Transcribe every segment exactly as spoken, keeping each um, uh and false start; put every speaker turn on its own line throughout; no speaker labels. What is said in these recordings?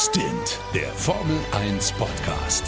Stint, der Formel eins Podcast.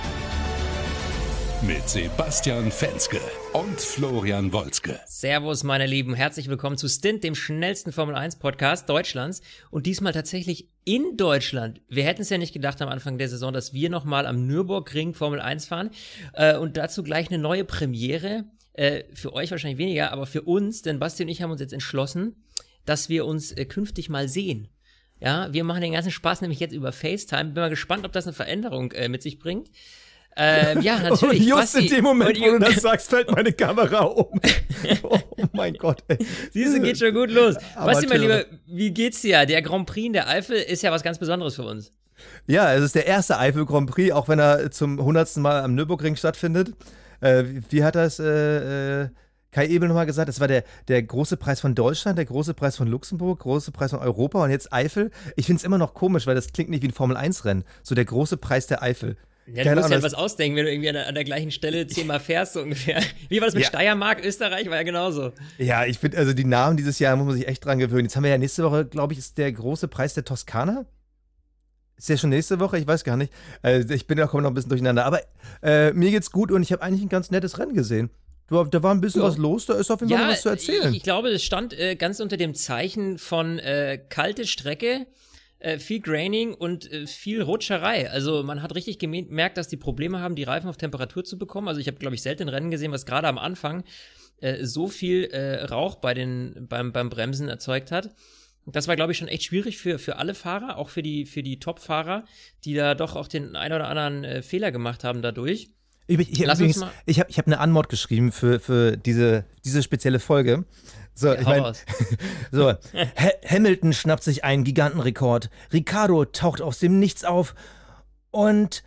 Mit Sebastian Fenske und Florian Wolzke.
Servus, meine Lieben. Herzlich willkommen zu Stint, dem schnellsten Formel eins Podcast Deutschlands. Und diesmal tatsächlich in Deutschland. Wir hätten es ja nicht gedacht am Anfang der Saison, dass wir nochmal am Nürburgring Formel eins fahren. Äh, und dazu gleich eine neue Premiere. Äh, für euch wahrscheinlich weniger, aber für uns, denn Basti und ich haben uns jetzt entschlossen, dass wir uns äh, künftig mal sehen. Ja, wir machen den ganzen Spaß nämlich jetzt über FaceTime. Bin mal gespannt, ob das eine Veränderung äh, mit sich bringt. Ähm, ja, natürlich.
Und just
Basti,
in dem Moment,
und,
wo du das sagst, fällt meine Kamera um. Oh mein Gott, ey.
Siehst du, geht schon gut los. Basti, mein
Amateure.
Lieber, wie geht's dir? Der Grand Prix in der Eifel ist ja was ganz Besonderes für uns.
Ja, es ist der erste Eifel Grand Prix, auch wenn er zum hundertsten Mal am Nürburgring stattfindet. Äh, wie, wie hat das äh, äh, Kai Ebel nochmal gesagt? Das war der, der große Preis von Deutschland, der große Preis von Luxemburg, große Preis von Europa und jetzt Eifel. Ich finde es immer noch komisch, weil das klingt nicht wie ein Formel eins Rennen. So der große Preis der Eifel.
Ja, du musst ja etwas ausdenken, wenn du irgendwie an der, an der gleichen Stelle zehnmal fährst, so ungefähr. Wie war das mit
Ja.
Steiermark, Österreich? War ja genauso.
Ja, ich finde, also die Namen dieses Jahr muss man sich echt dran gewöhnen. Jetzt haben wir ja nächste Woche, glaube ich, ist der große Preis der Toskana. Ist der schon nächste Woche? Ich weiß gar nicht. Also ich bin da komme noch ein bisschen durcheinander. Aber äh, mir geht's gut und ich habe eigentlich ein ganz nettes Rennen gesehen. Du, da war ein bisschen
Ja.
was los, da ist auf jeden Fall noch was zu erzählen.
Ich, ich glaube, es stand äh, ganz unter dem Zeichen von äh, kalte Strecke, äh, viel Graining und äh, viel Rutscherei. Also man hat richtig gemerkt, dass die Probleme haben, die Reifen auf Temperatur zu bekommen. Also ich habe, glaube ich, selten ein Rennen gesehen, was gerade am Anfang äh, so viel äh, Rauch bei den, beim, beim Bremsen erzeugt hat. Das war, glaube ich, schon echt schwierig für, für alle Fahrer, auch für die, für die Top-Fahrer, die da doch auch den ein oder anderen äh, Fehler gemacht haben dadurch.
Ich, ich,
Lass
übrigens,
uns mal-
ich habe ich hab eine Anmod geschrieben für, für diese, diese spezielle Folge. So,
Ja,
ich
hau
mein,
raus.
so. Ha Hamilton schnappt sich einen Gigantenrekord. Ricardo taucht aus dem Nichts auf. Und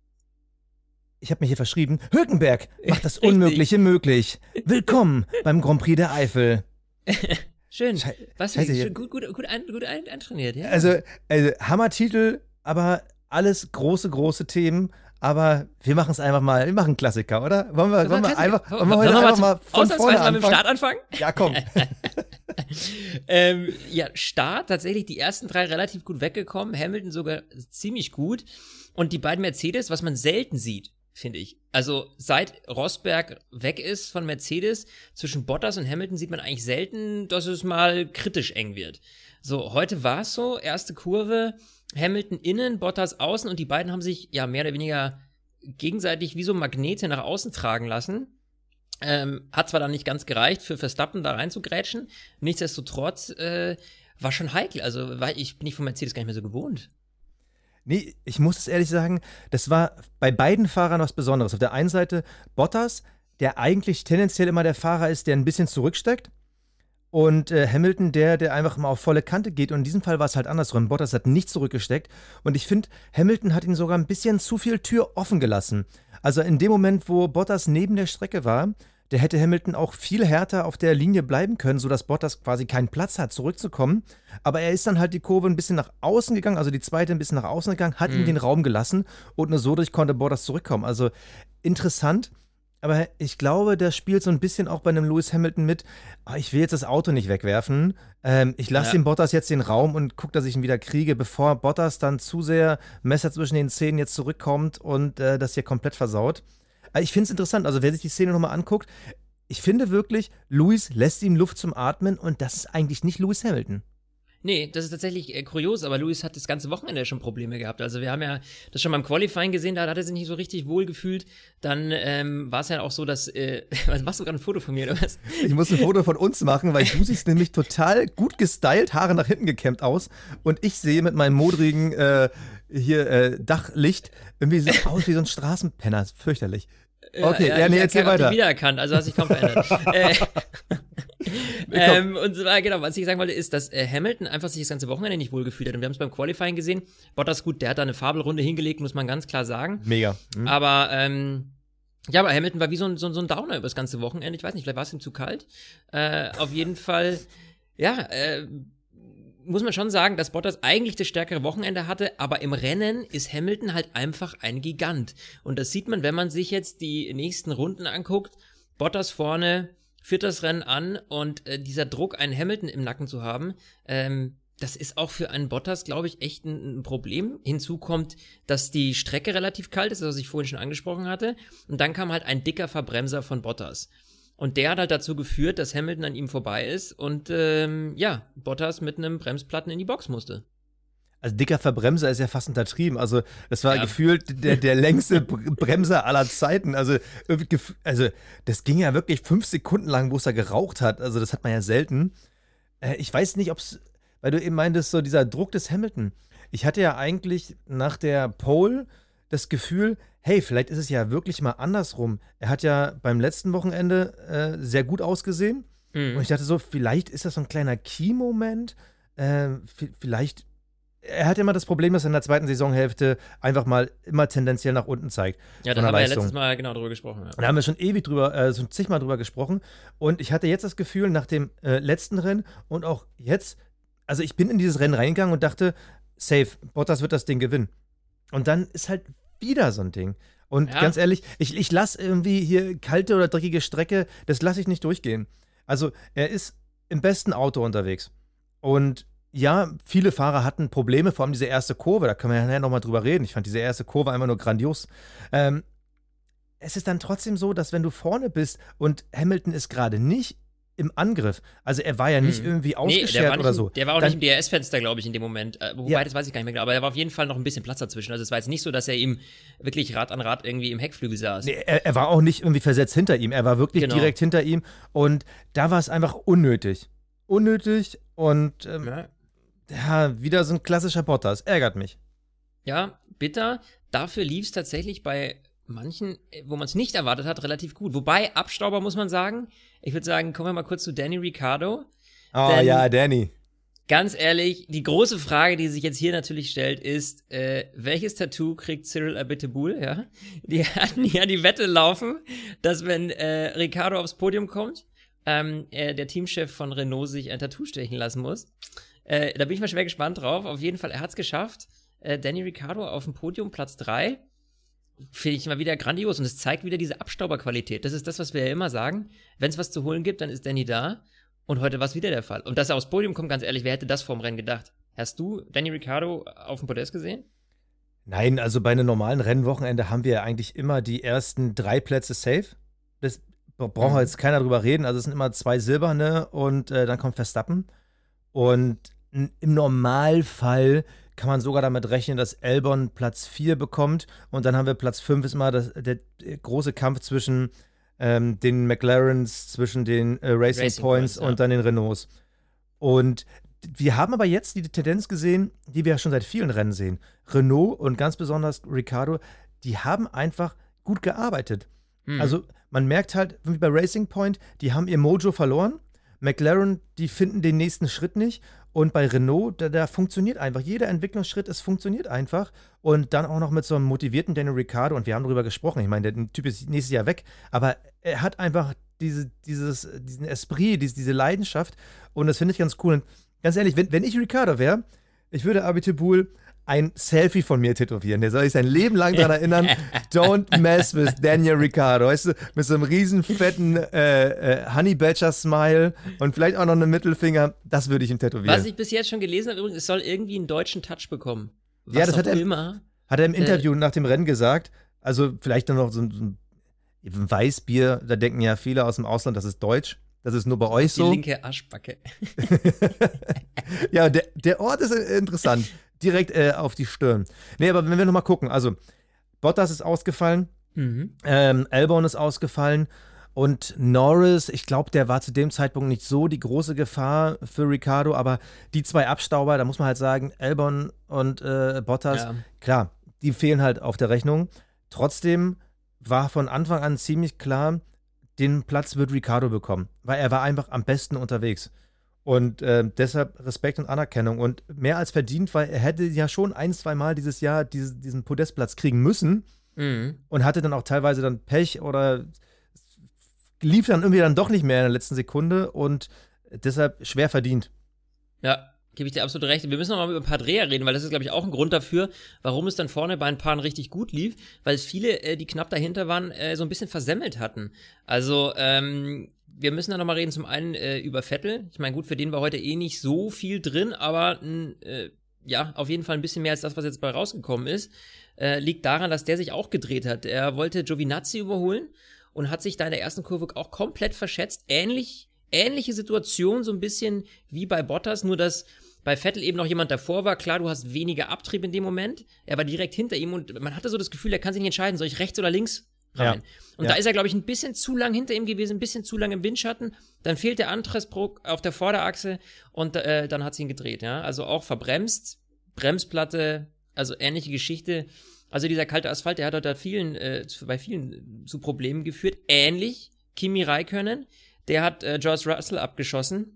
ich habe mir hier verschrieben, Hülkenberg macht das
Richtig.
Unmögliche möglich. Willkommen beim Grand Prix der Eifel.
Schön.
Schei-
Was
Scheiße,
schön, gut, gut, gut, ein, gut ein, eintrainiert, ja.
Also, also Hammertitel, aber alles große, große Themen. Aber wir machen es einfach mal. Wir machen einen Klassiker, oder? Wollen wir, wollen wir einfach, wollen wir heute einfach mal von
ausnahmsweise
vorne
mal mit dem
anfangen?
Start anfangen?
Ja, komm.
ähm, ja, Start, tatsächlich die ersten drei relativ gut weggekommen, Hamilton sogar ziemlich gut. Und die beiden Mercedes, was man selten sieht, finde ich. Also seit Rosberg weg ist von Mercedes, zwischen Bottas und Hamilton sieht man eigentlich selten, dass es mal kritisch eng wird. So, heute war es so, erste Kurve, Hamilton innen, Bottas außen und die beiden haben sich ja mehr oder weniger gegenseitig wie so Magnete nach außen tragen lassen. Ähm, hat zwar dann nicht ganz gereicht, für Verstappen da reinzugrätschen, nichtsdestotrotz äh, war schon heikel, also weil ich bin ich von Mercedes gar nicht mehr so gewohnt.
Nee, ich muss es ehrlich sagen, das war bei beiden Fahrern was Besonderes. Auf der einen Seite Bottas, der eigentlich tendenziell immer der Fahrer ist, der ein bisschen zurücksteckt. Und äh, Hamilton, der, der einfach mal auf volle Kante geht. Und in diesem Fall war es halt andersrum. Bottas hat nicht zurückgesteckt. Und ich finde, Hamilton hat ihn sogar ein bisschen zu viel Tür offen gelassen. Also in dem Moment, wo Bottas neben der Strecke war, der hätte Hamilton auch viel härter auf der Linie bleiben können, sodass Bottas quasi keinen Platz hat, zurückzukommen. Aber er ist dann halt die Kurve ein bisschen nach außen gegangen, also die zweite ein bisschen nach außen gegangen, hat ihm den Raum gelassen und nur so durch konnte Bottas zurückkommen. Also interessant, aber ich glaube, das spielt so ein bisschen auch bei einem Lewis Hamilton mit, ah, ich will jetzt das Auto nicht wegwerfen, ähm, ich lasse
Ja.
dem Bottas jetzt den Raum und gucke, dass ich ihn wieder kriege, bevor Bottas dann zu sehr Messer zwischen den Zähnen jetzt zurückkommt und äh, das hier komplett versaut. Aber ich finde es interessant, also wer sich die Szene nochmal anguckt, ich finde wirklich, Lewis lässt ihm Luft zum Atmen und das ist eigentlich nicht Lewis Hamilton.
Nee, das ist tatsächlich äh, kurios, aber Lewis hat das ganze Wochenende schon Probleme gehabt. Also wir haben ja das schon beim Qualifying gesehen, da hat er sich nicht so richtig wohl gefühlt. Dann ähm, war es ja auch so, dass, äh, was, machst du gerade ein Foto von mir oder was?
Ich muss ein Foto von uns machen, weil du siehst nämlich total gut gestylt, Haare nach hinten gekämmt aus und ich sehe mit meinem modrigen äh, hier äh, Dachlicht irgendwie so aus wie so ein Straßenpenner, fürchterlich. Okay, ja, nee,
ich
erzähl
hab dich
weiter.
wiedererkannt, also hast dich kaum verändert. äh, ähm, und zwar, genau, was ich sagen wollte, ist, dass äh, Hamilton einfach sich das ganze Wochenende nicht wohlgefühlt hat. Und wir haben es beim Qualifying gesehen. Bottas, gut, der hat da eine Fabelrunde hingelegt, muss man ganz klar sagen.
Mega. Hm?
Aber, ähm, ja, aber Hamilton war wie so ein, so, ein- so ein Downer über das ganze Wochenende. Ich weiß nicht, vielleicht war es ihm zu kalt. Äh, auf jeden Fall, ja, äh, muss man schon sagen, dass Bottas eigentlich das stärkere Wochenende hatte, aber im Rennen ist Hamilton halt einfach ein Gigant. Und das sieht man, wenn man sich jetzt die nächsten Runden anguckt. Bottas vorne, führt das Rennen an und äh, dieser Druck, einen Hamilton im Nacken zu haben, ähm, das ist auch für einen Bottas, glaube ich, echt ein, ein Problem. Hinzu kommt, dass die Strecke relativ kalt ist, was ich vorhin schon angesprochen hatte. Und dann kam halt ein dicker Verbremser von Bottas. Und der hat halt dazu geführt, dass Hamilton an ihm vorbei ist und ähm, ja, Bottas mit einem Bremsplatten in die Box musste.
Also dicker Verbremser ist ja fast untertrieben. Also das war
Ja.
gefühlt der, der längste Bremser aller Zeiten. Also, also das ging ja wirklich fünf Sekunden lang, wo es da geraucht hat. Also das hat man ja selten. Äh, ich weiß nicht, ob es, weil du eben meintest, so dieser Druck des Hamilton. Ich hatte ja eigentlich nach der Pole das Gefühl, hey, vielleicht ist es ja wirklich mal andersrum. Er hat ja beim letzten Wochenende äh, sehr gut ausgesehen.
Mhm.
Und ich dachte so, vielleicht ist das so ein kleiner Key-Moment. Äh, vielleicht Er hat immer das Problem, dass er in der zweiten Saisonhälfte einfach mal immer tendenziell nach unten zeigt.
Ja, da
von der
haben wir ja
Leistung.
letztes Mal genau drüber gesprochen. Ja.
Da haben wir schon ewig drüber, äh, so zigmal drüber gesprochen. Und ich hatte jetzt das Gefühl, nach dem äh, letzten Rennen und auch jetzt, also ich bin in dieses Rennen reingegangen und dachte, safe, Bottas wird das Ding gewinnen. Und dann ist halt wieder so ein Ding. Und
Ja.
ganz ehrlich, ich, ich lasse irgendwie hier kalte oder dreckige Strecke, das lasse ich nicht durchgehen. Also er ist im besten Auto unterwegs. Und ja, viele Fahrer hatten Probleme, vor allem diese erste Kurve, da können wir ja nachher nochmal drüber reden. Ich fand diese erste Kurve einfach nur grandios. Ähm, es ist dann trotzdem so, dass wenn du vorne bist und Hamilton ist gerade nicht im Angriff, also er war ja nicht
Hm.
irgendwie
Nee, der
ausgeschert
war nicht,
oder
im-
so.
Der war auch
Dann-
nicht im D R S-Fenster, glaube ich, in dem Moment. Äh, wobei,
Ja.
das weiß ich gar nicht mehr genau. Aber da war auf jeden Fall noch ein bisschen Platz dazwischen. Also es war jetzt nicht so, dass er ihm wirklich Rad an Rad irgendwie im Heckflügel saß.
Nee, er, er war auch nicht irgendwie versetzt hinter ihm, er war wirklich
Genau.
direkt hinter ihm und da war es einfach unnötig. Unnötig und ähm,
Ja.
ja, wieder so ein klassischer Bottas, ärgert mich.
Ja, bitter. Dafür lief es tatsächlich bei manchen, äh, wo man es nicht erwartet hat, relativ gut. Wobei, Abstauber muss man sagen. Ich würde sagen, kommen wir mal kurz zu Danny Ricciardo.
Oh
Denn-
ja, Danny.
Ganz ehrlich, die große Frage, die sich jetzt hier natürlich stellt, ist, äh, welches Tattoo kriegt Cyril Abiteboul, ja? Die hatten ja die Wette laufen, dass wenn äh, Ricciardo aufs Podium kommt, ähm, äh, der Teamchef von Renault sich ein Tattoo stechen lassen muss. Äh, da bin ich mal schwer gespannt drauf. Auf jeden Fall, er hat's geschafft. Äh, Danny Ricciardo auf dem Podium, Platz drei. Finde ich mal wieder grandios und es zeigt wieder diese Abstauberqualität. Das ist das, was wir ja immer sagen. Wenn es was zu holen gibt, dann ist Danny da. Und heute war es wieder der Fall. Und dass er aufs Podium kommt, ganz ehrlich, wer hätte das vorm Rennen gedacht? Hast du Danny Ricciardo auf dem Podest gesehen?
Nein, also bei einem normalen Rennwochenende haben wir ja eigentlich immer die ersten drei Plätze safe. Das braucht
Mhm.
jetzt keiner drüber reden. Also es sind immer zwei silberne und äh, dann kommt Verstappen. Und n- im Normalfall kann man sogar damit rechnen, dass Albon Platz vier bekommt. Und dann haben wir Platz fünf, ist immer das, der, der große Kampf zwischen ähm, den McLarens, zwischen den äh, Racing,
Racing
Points
Points, ja.
und dann den Renaults. Und wir haben aber jetzt die Tendenz gesehen, die wir ja schon seit vielen Rennen sehen. Renault und ganz besonders Ricciardo, die haben einfach gut gearbeitet.
Hm.
Also man merkt halt, wie bei Racing Point, die haben ihr Mojo verloren. McLaren, die finden den nächsten Schritt nicht. Und bei Renault, da, da funktioniert einfach. Jeder Entwicklungsschritt, es funktioniert einfach. Und dann auch noch mit so einem motivierten Daniel Ricciardo. Und wir haben darüber gesprochen. Ich meine, der Typ ist nächstes Jahr weg. Aber er hat einfach diese, dieses, diesen Esprit, diese, diese Leidenschaft. Und das finde ich ganz cool. Und ganz ehrlich, wenn, wenn ich Ricciardo wäre, ich würde Abiteboul ein Selfie von mir tätowieren. Der soll sich sein Leben lang daran erinnern, don't mess with Daniel Ricciardo. Weißt du, mit so einem riesen fetten äh, äh, Honey Badger Smile und vielleicht auch noch einem Mittelfinger. Das würde ich ihm tätowieren.
Was ich bis jetzt schon gelesen habe, übrigens, es soll irgendwie einen deutschen Touch bekommen. Was
Ja, das
auch
hat er-
immer.
Hat er im
Äh,
Interview nach dem Rennen gesagt. Also vielleicht dann noch so ein, so ein Weißbier. Da denken ja viele aus dem Ausland, das ist deutsch. Das ist nur bei euch
Die
so.
linke Aschbacke.
Ja, der, der Ort ist äh, interessant. Direkt äh, auf die Stirn. Nee, aber wenn wir nochmal gucken. Also, Bottas ist ausgefallen.
Mhm.
Ähm, Albon ist ausgefallen. Und Norris, ich glaube, der war zu dem Zeitpunkt nicht so die große Gefahr für Ricciardo. Aber die zwei Abstauber, da muss man halt sagen, Albon und äh, Bottas,
Ja.
klar, die fehlen halt auf der Rechnung. Trotzdem war von Anfang an ziemlich klar, den Platz wird Ricciardo bekommen, weil er war einfach am besten unterwegs. Und äh, deshalb Respekt und Anerkennung und mehr als verdient, weil er hätte ja schon ein, zwei Mal dieses Jahr diese, diesen Podestplatz kriegen müssen
Mhm.
und hatte dann auch teilweise dann Pech oder lief dann irgendwie dann doch nicht mehr in der letzten Sekunde und deshalb schwer verdient.
Ja, Gebe ich dir absolut recht. Wir müssen noch mal über ein paar Dreher reden, weil das ist, glaube ich, auch ein Grund dafür, warum es dann vorne bei ein Paaren richtig gut lief, weil es viele, äh, die knapp dahinter waren, äh, so ein bisschen versemmelt hatten. Also, ähm, wir müssen da noch mal reden, zum einen äh, über Vettel. Ich meine, gut, für den war heute eh nicht so viel drin, aber äh, ja, auf jeden Fall ein bisschen mehr als das, was jetzt bei rausgekommen ist. Äh, liegt daran, dass der sich auch gedreht hat. Er wollte Giovinazzi überholen und hat sich da in der ersten Kurve auch komplett verschätzt. Ähnlich, ähnliche Situation, so ein bisschen wie bei Bottas, nur dass bei Vettel eben noch jemand davor war. Klar, du hast weniger Abtrieb in dem Moment. Er war direkt hinter ihm und man hatte so das Gefühl, er kann sich nicht entscheiden, soll ich rechts oder links rein. Ja. Und ja. da ist er, glaube ich, ein bisschen zu lang hinter ihm gewesen, ein bisschen zu lang im Windschatten. Dann fehlt der Antriebsdruck auf der Vorderachse und äh, dann hat sie ihn gedreht. Ja? Also auch verbremst, Bremsplatte, also ähnliche Geschichte. Also dieser kalte Asphalt, der hat dort vielen, äh, bei vielen zu Problemen geführt. Ähnlich Kimi Räikkönen, der hat äh, George Russell abgeschossen,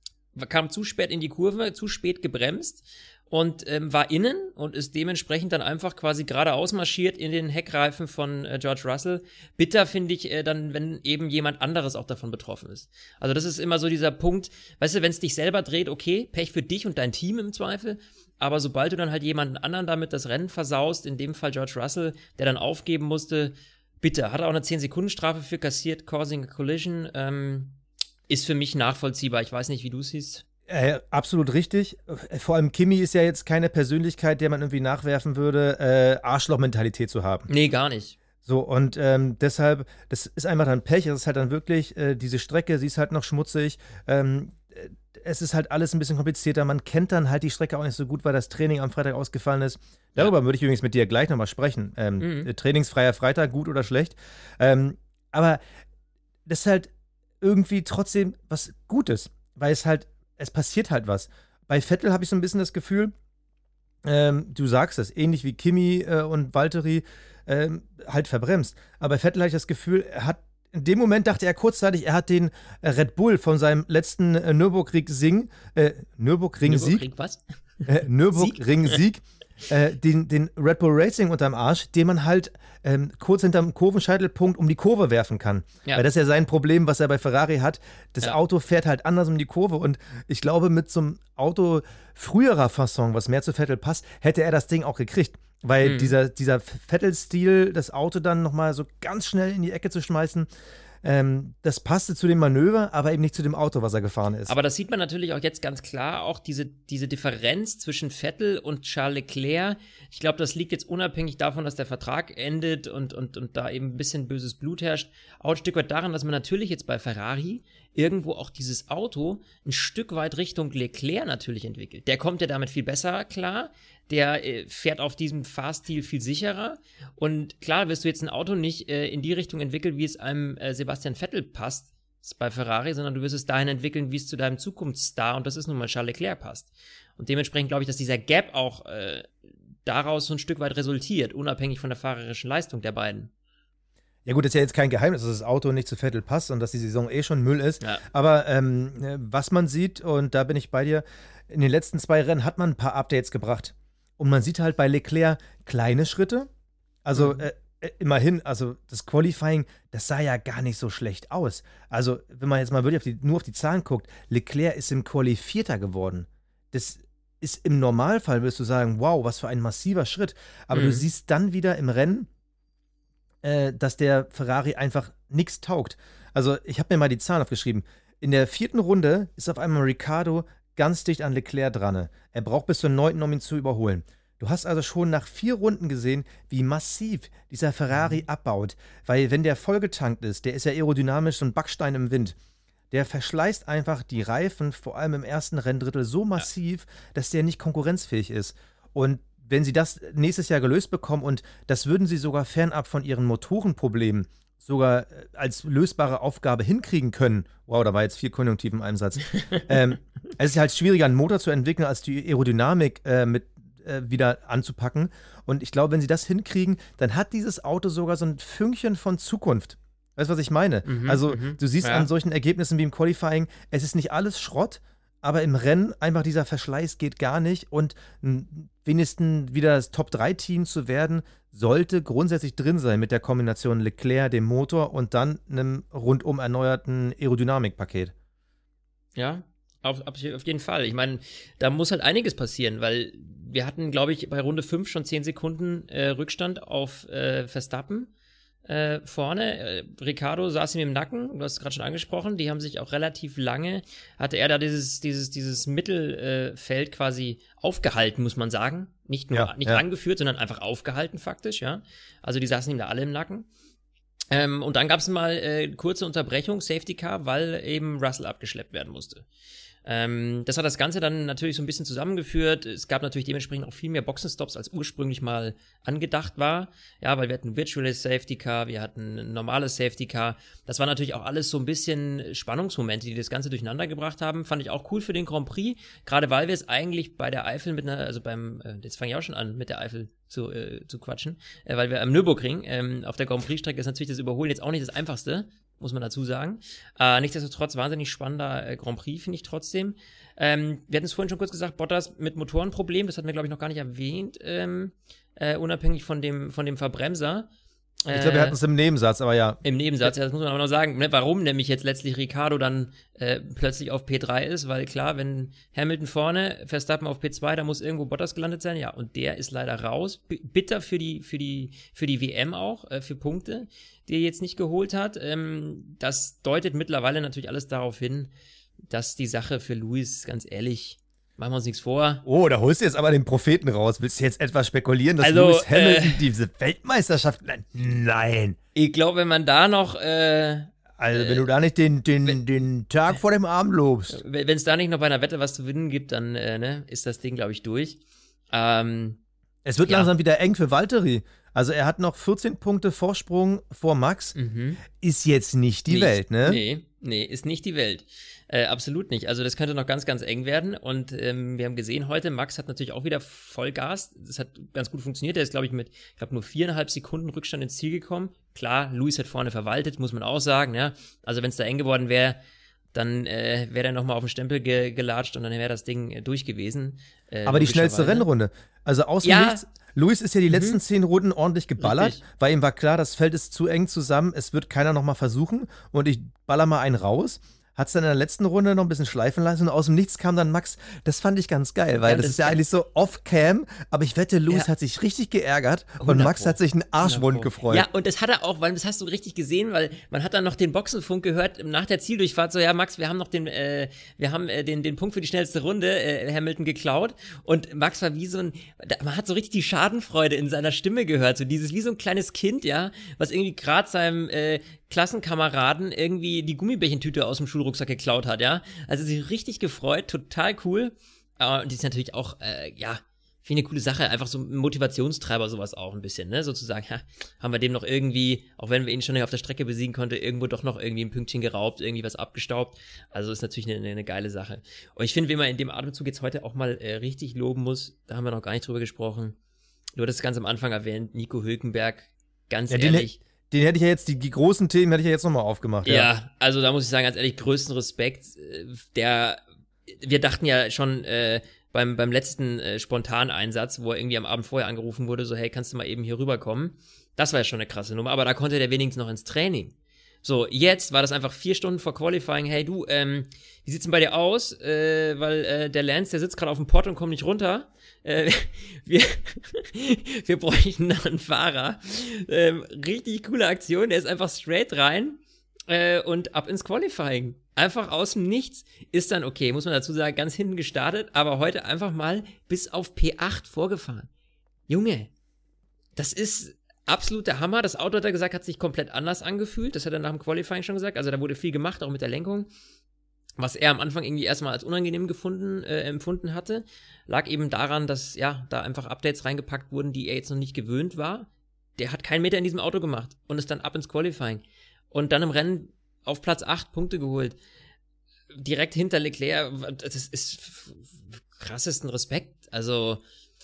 kam zu spät in die Kurve, zu spät gebremst und ähm, war innen und ist dementsprechend dann einfach quasi geradeaus marschiert in den Heckreifen von äh, George Russell. Bitter finde ich äh, dann, wenn eben jemand anderes auch davon betroffen ist. Also das ist immer so dieser Punkt, weißt du, wenn es dich selber dreht, okay, Pech für dich und dein Team im Zweifel, aber sobald du dann halt jemanden anderen damit das Rennen versaust, in dem Fall George Russell, der dann aufgeben musste, bitte, hat er auch eine zehn-Sekunden-Strafe für kassiert, causing a collision, ähm, ist für mich nachvollziehbar. Ich weiß nicht, wie du es siehst.
Äh, absolut richtig. Vor allem Kimi ist ja jetzt keine Persönlichkeit, der man irgendwie nachwerfen würde, äh, Arschloch-Mentalität zu haben.
Nee, gar nicht.
So, und ähm, deshalb, das ist einfach dann Pech. Das ist halt dann wirklich, äh, diese Strecke, sie ist halt noch schmutzig. Ähm, es ist halt alles ein bisschen komplizierter. Man kennt dann halt die Strecke auch nicht so gut, weil das Training am Freitag ausgefallen ist. Darüber ja. würde ich übrigens mit dir gleich nochmal sprechen. Ähm, mhm. Trainingsfreier Freitag, gut oder schlecht. Ähm, aber das ist halt irgendwie trotzdem was Gutes, weil es halt, es passiert halt was. Bei Vettel habe ich so ein bisschen das Gefühl, ähm, du sagst es, ähnlich wie Kimi äh, und Valtteri, ähm, halt verbremst. Aber bei Vettel habe ich das Gefühl, er hat, in dem Moment dachte er kurzzeitig, er hat den äh, Red Bull von seinem letzten äh, Nürburgring-Sing, äh, Nürburgring-Sieg,
Nürburgring was?
Äh, Nürburgring-Sieg, äh, den, den Red Bull Racing unterm Arsch, den man halt ähm, kurz hinterm Kurvenscheitelpunkt um die Kurve werfen kann. Ja. Weil das ist ja sein Problem, was er bei Ferrari hat. Das ja. Auto fährt halt anders um die Kurve und ich glaube, mit so einem Auto früherer Fasson, was mehr zu Vettel passt, hätte er das Ding auch gekriegt. Weil mhm. dieser, dieser Vettel-Stil, das Auto dann nochmal so ganz schnell in die Ecke zu schmeißen, Ähm, das passte zu dem Manöver, aber eben nicht zu dem Auto, was er gefahren ist.
Aber das sieht man natürlich auch jetzt ganz klar, auch diese, diese Differenz zwischen Vettel und Charles Leclerc. Ich glaube, das liegt jetzt unabhängig davon, dass der Vertrag endet und, und, und da eben ein bisschen böses Blut herrscht, auch ein Stück weit daran, dass man natürlich jetzt bei Ferrari irgendwo auch dieses Auto ein Stück weit Richtung Leclerc natürlich entwickelt. Der kommt ja damit viel besser klar. Der äh, fährt auf diesem Fahrstil viel sicherer. Und klar wirst du jetzt ein Auto nicht äh, in die Richtung entwickeln, wie es einem äh, Sebastian Vettel passt bei Ferrari, sondern du wirst es dahin entwickeln, wie es zu deinem Zukunftsstar, und das ist nun mal Charles Leclerc, passt. Und dementsprechend glaube ich, dass dieser Gap auch äh, daraus so ein Stück weit resultiert, unabhängig von der fahrerischen Leistung der beiden.
Ja gut, das ist ja jetzt kein Geheimnis, dass das Auto nicht zu Vettel passt und dass die Saison eh schon Müll ist. Ja. Aber ähm, was man sieht, und da bin ich bei dir, in den letzten zwei Rennen hat man ein paar Updates gebracht. Und man sieht halt bei Leclerc kleine Schritte. Also mhm. äh, immerhin, also das Qualifying, das sah ja gar nicht so schlecht aus. Also wenn man jetzt mal wirklich auf die, nur auf die Zahlen guckt, Leclerc ist im Quali Vierter geworden. Das ist im Normalfall, wirst du sagen, wow, was für ein massiver Schritt. Aber mhm. du siehst dann wieder im Rennen, äh, dass der Ferrari einfach nichts taugt. Also ich habe mir mal die Zahlen aufgeschrieben. In der vierten Runde ist auf einmal Ricciardo ganz dicht an Leclerc dran. Er braucht bis zur neunten, um ihn zu überholen. Du hast also schon nach vier Runden gesehen, wie massiv dieser Ferrari abbaut. Weil wenn der vollgetankt ist, der ist ja aerodynamisch so ein Backstein im Wind, der verschleißt einfach die Reifen, vor allem im ersten Renndrittel, so massiv, dass der nicht konkurrenzfähig ist. Und wenn sie das nächstes Jahr gelöst bekommen, und das würden sie sogar fernab von ihren Motorenproblemen sogar als lösbare Aufgabe hinkriegen können. Wow, da war jetzt viel Konjunktiv in einem Satz. ähm, es ist halt schwieriger, einen Motor zu entwickeln, als die Aerodynamik äh, mit äh, wieder anzupacken. Und ich glaube, wenn sie das hinkriegen, dann hat dieses Auto sogar so ein Fünkchen von Zukunft. Weißt du, was ich meine? Mhm, also, m-m. du siehst ja. an solchen Ergebnissen wie im Qualifying, es ist nicht alles Schrott, aber im Rennen einfach dieser Verschleiß geht gar nicht, und wenigstens wieder das Top drei Team zu werden, sollte grundsätzlich drin sein mit der Kombination Leclerc, dem Motor und dann einem rundum erneuerten Aerodynamikpaket.
Ja, Auf, auf jeden Fall. Ich meine, da muss halt einiges passieren, weil wir hatten, glaube ich, bei Runde fünf schon zehn Sekunden äh, Rückstand auf äh, Verstappen äh, vorne. Äh, Ricciardo saß ihm im Nacken, du hast es gerade schon angesprochen, die haben sich auch relativ lange, hatte er da dieses, dieses, dieses Mittelfeld äh, quasi aufgehalten, muss man sagen. Nicht nur,
ja,
nicht
ja.
angeführt, sondern einfach aufgehalten faktisch, ja. Also die saßen ihm da alle im Nacken. Ähm, und dann gab es mal äh, kurze Unterbrechung, Safety Car, weil eben Russell abgeschleppt werden musste. Ähm, das hat das Ganze dann natürlich so ein bisschen zusammengeführt. Es gab natürlich dementsprechend auch viel mehr Boxenstops, als ursprünglich mal angedacht war. Ja, weil wir hatten Virtual Safety Car, wir hatten ein normales Safety Car. Das war natürlich auch alles so ein bisschen Spannungsmomente, die das Ganze durcheinander gebracht haben. Fand ich auch cool für den Grand Prix, gerade weil wir es eigentlich bei der Eifel mit einer, also beim, äh, jetzt fange ich auch schon an, mit der Eifel zu, äh, zu quatschen, äh, weil wir am Nürburgring, ähm, auf der Grand Prix-Strecke ist natürlich das Überholen jetzt auch nicht das Einfachste, muss man dazu sagen. Äh, nichtsdestotrotz wahnsinnig spannender äh, Grand Prix, finde ich trotzdem. Ähm, wir hatten es vorhin schon kurz gesagt, Bottas mit Motorenproblem, das hatten wir, glaube ich, noch gar nicht erwähnt, ähm, äh, unabhängig von dem, von dem Verbremser.
Ich glaube, wir hatten es im Nebensatz, aber ja.
Im Nebensatz, ja, das muss man aber noch sagen. Ne, warum nämlich jetzt letztlich Ricciardo dann äh, plötzlich auf P drei ist, weil klar, wenn Hamilton vorne, Verstappen auf P zwei, da muss irgendwo Bottas gelandet sein, ja, und der ist leider raus. B- bitter für die, für die, für die W M auch, äh, für Punkte, die er jetzt nicht geholt hat. Ähm, das deutet mittlerweile natürlich alles darauf hin, dass die Sache für Lewis, ganz ehrlich, machen wir uns nichts vor.
Oh, da holst du jetzt aber den Propheten raus. Willst du jetzt etwas spekulieren, dass
Also,
Lewis Hamilton
äh,
diese Weltmeisterschaft... Nein. Nein.
Ich glaube, wenn man da noch, äh,
Also,
äh,
wenn du da nicht den, den,
wenn-
den Tag vor dem Abend lobst.
wenn es da nicht noch bei einer Wette was zu gewinnen gibt, dann äh, ne, ist das Ding, glaube ich, durch. Ähm,
Es wird
Ja.
langsam wieder eng für Valtteri. Also, er hat noch vierzehn Punkte Vorsprung vor Max.
mhm.
Ist jetzt nicht die
Nicht-
Welt, ne?
Nee, nee, ist nicht die Welt. Äh, absolut nicht. Also das könnte noch ganz, ganz eng werden. Und ähm, wir haben gesehen heute, Max hat natürlich auch wieder Vollgas. Das hat ganz gut funktioniert. Er ist, glaube ich, mit, ich glaube, nur viereinhalb Sekunden Rückstand ins Ziel gekommen. Klar, Lewis hat vorne verwaltet, muss man auch sagen. Ja? Also wenn es da eng geworden wäre, dann äh, wäre er nochmal auf den Stempel ge gelatscht und dann wäre das Ding äh, durch gewesen. Äh,
Aber die schnellste
logischerweise.
Rennrunde. Also außen
Ja.
nichts. Luis ist ja die letzten zehn Runden ordentlich geballert,
Richtig.
weil ihm war klar, das Feld ist zu eng zusammen, es wird keiner nochmal versuchen und ich baller mal einen raus. Hat es dann in der letzten Runde noch ein bisschen schleifen lassen und aus dem Nichts kam dann Max. Das fand ich ganz geil, weil
Ja,
das,
das-
ist ja eigentlich so off-cam, aber ich wette, Lewis
Ja.
hat sich richtig geärgert und
hundert
Max
Pro.
hat sich einen Arschwund gefreut.
Ja, und das hat er auch, weil das hast du richtig gesehen, weil man hat dann noch den Boxenfunk gehört nach der Zieldurchfahrt, so, ja, Max, wir haben noch den, äh, wir haben äh, den, den Punkt für die schnellste Runde, äh, Hamilton geklaut und Max war wie so ein, da, man hat so richtig die Schadenfreude in seiner Stimme gehört, so dieses, wie so ein kleines Kind, ja, was irgendwie gerade seinem, äh, Klassenkameraden irgendwie die Gummibärchentüte aus dem Schulrucksack geklaut hat, ja. Also sich richtig gefreut, total cool. Äh, und die ist natürlich auch, äh, ja, wie eine coole Sache, einfach so ein Motivationstreiber sowas auch ein bisschen, ne, sozusagen, ja, haben wir dem noch irgendwie, auch wenn wir ihn schon nicht auf der Strecke besiegen konnten, irgendwo doch noch irgendwie ein Pünktchen geraubt, irgendwie was abgestaubt, also ist natürlich eine, eine geile Sache. Und ich finde, wie man in dem Atemzug jetzt heute auch mal äh, richtig loben muss, da haben wir noch gar nicht drüber gesprochen, du hattest es ganz am Anfang erwähnt, Nico Hülkenberg, ganz
Ja, den,
ehrlich,
den hätte ich ja jetzt, die, die großen Themen hätte ich ja jetzt nochmal aufgemacht.
ja.
Ja.
also da muss ich sagen, ganz ehrlich, größten Respekt. äh, Der, wir dachten ja schon äh, beim, beim letzten äh, Spontaneinsatz, wo er irgendwie am Abend vorher angerufen wurde, so, hey, kannst du mal eben hier rüberkommen? Das war ja schon eine krasse Nummer, aber da konnte der wenigstens noch ins Training. So, jetzt war das einfach vier Stunden vor Qualifying, hey du, ähm, wie sieht's denn bei dir aus? Äh, weil äh, der Lance, der sitzt gerade auf dem Pott und kommt nicht runter. Äh, wir, wir bräuchten da einen Fahrer. Ähm, richtig coole Aktion, der ist einfach straight rein äh, und ab ins Qualifying. Einfach aus dem Nichts. Ist dann, okay, muss man dazu sagen, ganz hinten gestartet, aber heute einfach mal bis auf P acht vorgefahren. Junge, das ist absolut der Hammer. Das Auto, hat er gesagt, hat sich komplett anders angefühlt. Das hat er nach dem Qualifying schon gesagt. Also da wurde viel gemacht, auch mit der Lenkung. Was er am Anfang irgendwie erstmal als unangenehm gefunden, äh, empfunden hatte, lag eben daran, dass, ja, da einfach Updates reingepackt wurden, die er jetzt noch nicht gewöhnt war. Der hat keinen Meter in diesem Auto gemacht und ist dann ab ins Qualifying. Und dann im Rennen auf Platz acht Punkte geholt. Direkt hinter Leclerc. Das ist f- f- krassesten Respekt. Also,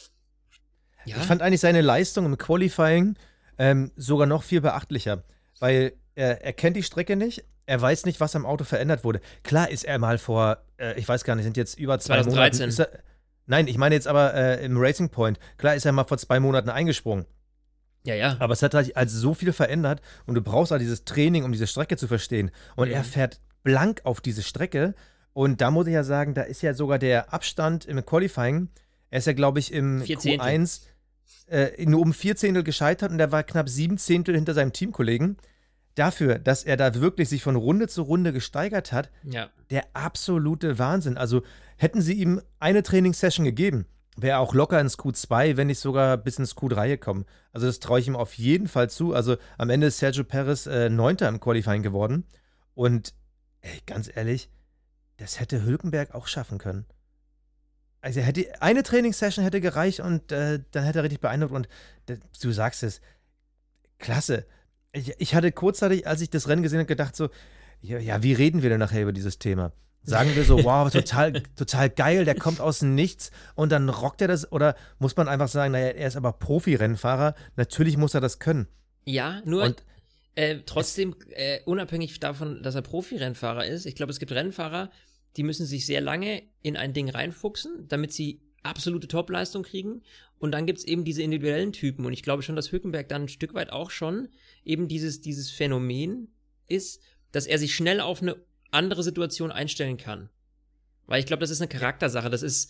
ja.
Ich fand eigentlich seine Leistung im Qualifying ähm, sogar noch viel beachtlicher, weil er, er kennt die Strecke nicht, er weiß nicht, was am Auto verändert wurde. Klar ist er mal vor, äh, ich weiß gar nicht, sind jetzt über zwei
zwanzig dreizehn.
Monaten. Ist er, nein, ich meine jetzt aber äh, im Racing Point. Klar ist er mal vor zwei Monaten eingesprungen.
Ja, ja.
Aber es hat halt also so viel verändert und du brauchst halt dieses Training, um diese Strecke zu verstehen. Und
Mhm.
er fährt blank auf diese Strecke Und da muss ich ja sagen, da ist ja sogar der Abstand im Qualifying, er ist ja, glaube ich, im
Vier
Q eins äh, nur um vier Zehntel gescheitert und er war knapp sieben Zehntel hinter seinem Teamkollegen. Dafür, dass er da wirklich sich von Runde zu Runde gesteigert hat,
Ja.
der absolute Wahnsinn. Also hätten sie ihm eine Trainingssession gegeben, wäre er auch locker ins Q zwei, wenn nicht sogar bis ins Q drei gekommen. Also das traue ich ihm auf jeden Fall zu. Also am Ende ist Sergio Perez äh, Neunter im Qualifying geworden. Und ey, ganz ehrlich, das hätte Hülkenberg auch schaffen können. Also er hätte, eine Trainingssession hätte gereicht und äh, dann hätte er richtig beeindruckt. Und äh, du sagst es, klasse. Ich, ich hatte kurzzeitig, als ich das Rennen gesehen habe, gedacht so, ja, ja, wie reden wir denn nachher über dieses Thema? Sagen wir so, wow, total, total geil, der kommt aus dem Nichts und dann rockt er das? Oder muss man einfach sagen, naja, er ist aber Profi-Rennfahrer, natürlich muss er das können.
Ja, nur
Und
äh, trotzdem, äh, unabhängig davon, dass er Profi-Rennfahrer ist, ich glaube, es gibt Rennfahrer, die müssen sich sehr lange in ein Ding reinfuchsen, damit sie absolute Topleistung kriegen. Und dann gibt es eben diese individuellen Typen. Und ich glaube schon, dass Hülkenberg dann ein Stück weit auch schon eben dieses, dieses Phänomen ist, dass er sich schnell auf eine andere Situation einstellen kann. Weil ich glaube, das ist eine Charaktersache. Das ist,